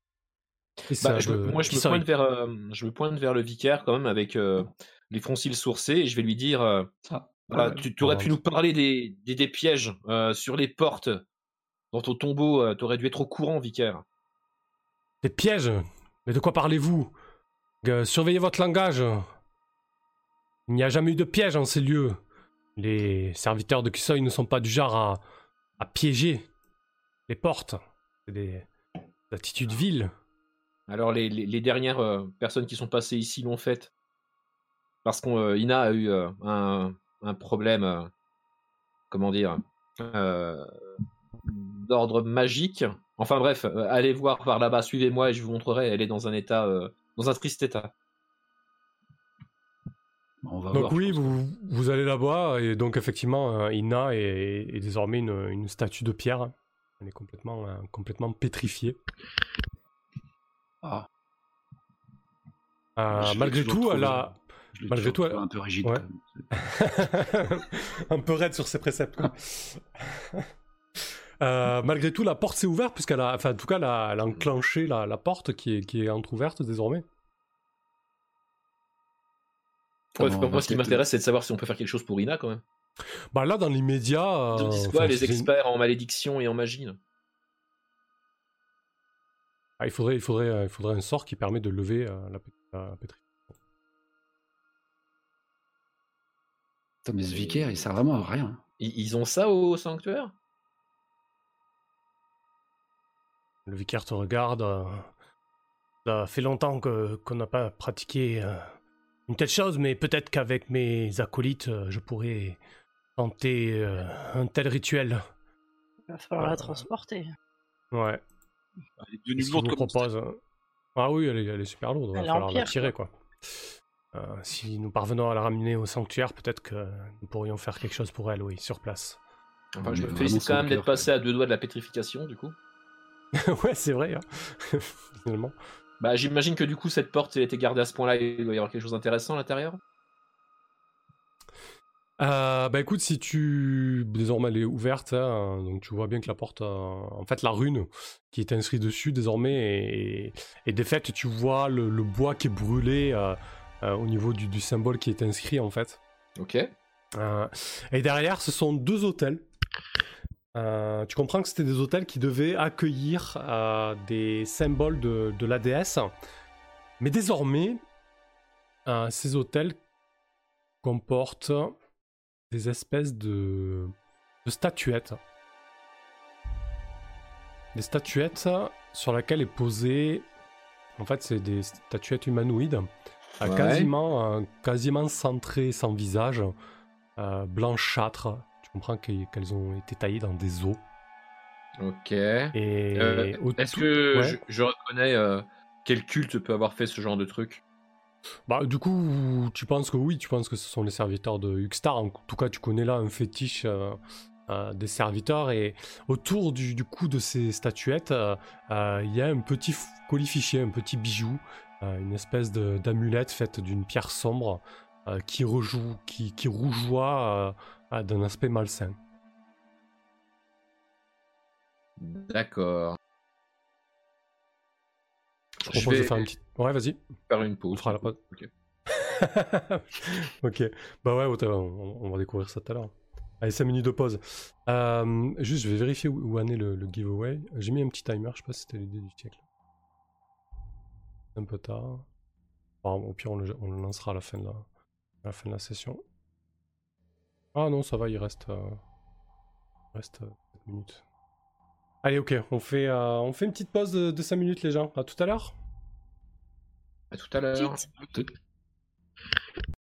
Je me pointe vers le vicaire quand même avec les froncils sourcés et je vais lui dire tu aurais pu nous parler des pièges sur les portes dans ton tombeau. T'aurais dû être au courant, vicaire. Des pièges? Mais de quoi parlez-vous? Surveillez votre langage. Il n'y a jamais eu de piège en ces lieux. Les serviteurs de Kisoi ne sont pas du genre à piéger les portes. C'est des attitudes viles. Alors les dernières personnes qui sont passées ici l'ont fait parce qu'Ina a eu un problème, d'ordre magique. Enfin bref, allez voir par là-bas, suivez-moi et je vous montrerai. Elle est dans un triste état. On va donc voir, oui, vous allez là-bas et donc effectivement, Ina est désormais une statue de pierre. Elle est complètement pétrifiée. Ah. Malgré tout, elle a... Malgré tout, elle est un peu rigide. Ouais. Quand même. Un peu raide sur ses préceptes. Quoi. Malgré tout, la porte s'est ouverte puisqu'elle a, enfin, en tout cas, elle a enclenché la porte qui est entrouverte désormais. Ouais, moi, ce qui m'intéresse, c'est de savoir si on peut faire quelque chose pour Ina quand même. Bah là, dans l'immédiat. Ils disent quoi, les experts en malédiction et en magie là? il faudrait un sort qui permet de lever la pétrification. Putain, mais ce vicaire, il sert vraiment à rien. Ils ont ça au sanctuaire? Le vicaire te regarde. Ça fait longtemps qu'on n'a pas pratiqué une telle chose, mais peut-être qu'avec mes acolytes, je pourrais tenter un tel rituel. Il va falloir la transporter. Ouais. Elle est devenue Qu'est-ce qu'il lourde vous comme propose Ah oui, elle est super lourde. Il va Elle est en falloir la pierre, tirer, quoi. Si nous parvenons à la ramener au sanctuaire, peut-être que nous pourrions faire quelque chose pour elle, oui, sur place. Enfin, je Mais me vraiment félicite sans quand même d'être cœur, passé à 2 doigts de la pétrification, du coup. Ouais, c'est vrai, hein. Finalement. Bah, j'imagine que du coup, cette porte, elle a été gardée à ce point-là, il doit y avoir quelque chose d'intéressant à l'intérieur. Bah écoute, si tu... Désormais, elle est ouverte, hein, donc tu vois bien que la porte... En fait, la rune qui est inscrite dessus, désormais, est défaite. Tu vois le bois qui est brûlé au niveau du symbole qui est inscrit, en fait. Ok. Et derrière, ce sont 2 hôtels. Tu comprends que c'était des hôtels qui devaient accueillir des symboles de la déesse. Mais désormais, ces hôtels comportent des espèces de statuettes. Des statuettes sur lesquelles est posé... En fait, c'est des statuettes humanoïdes, Ouais. quasiment centrées, sans visage, blanchâtres. Tu comprends qu'elles ont été taillées dans des os. Ok. Et Est-ce que ouais. je reconnais quel culte peut avoir fait ce genre de truc? Bah, du coup, tu penses que oui, tu penses que ce sont les serviteurs de Huckstar. En tout cas, tu connais là un fétiche des serviteurs. Et autour du cou de ces statuettes, il y a un petit colifichet, un petit bijou, une espèce d'amulette faite d'une pierre sombre qui rougeoie d'un aspect malsain. D'accord. Je propose de faire une petite... Ouais, vas-y. faire une pause. On fera la pause. Ok. Ok. Bah ouais, on va découvrir ça tout à l'heure. Allez, 5 minutes de pause. Juste, je vais vérifier où en est le giveaway. J'ai mis un petit timer, je sais pas si c'était l'idée du siècle. C'est un peu tard. Bon, au pire, on le lancera à la fin de la session. Ah non, ça va, il reste 7 minutes. Allez, ok, on fait une petite pause de 5 minutes, les gens. À tout à l'heure. À tout à l'heure. Petite.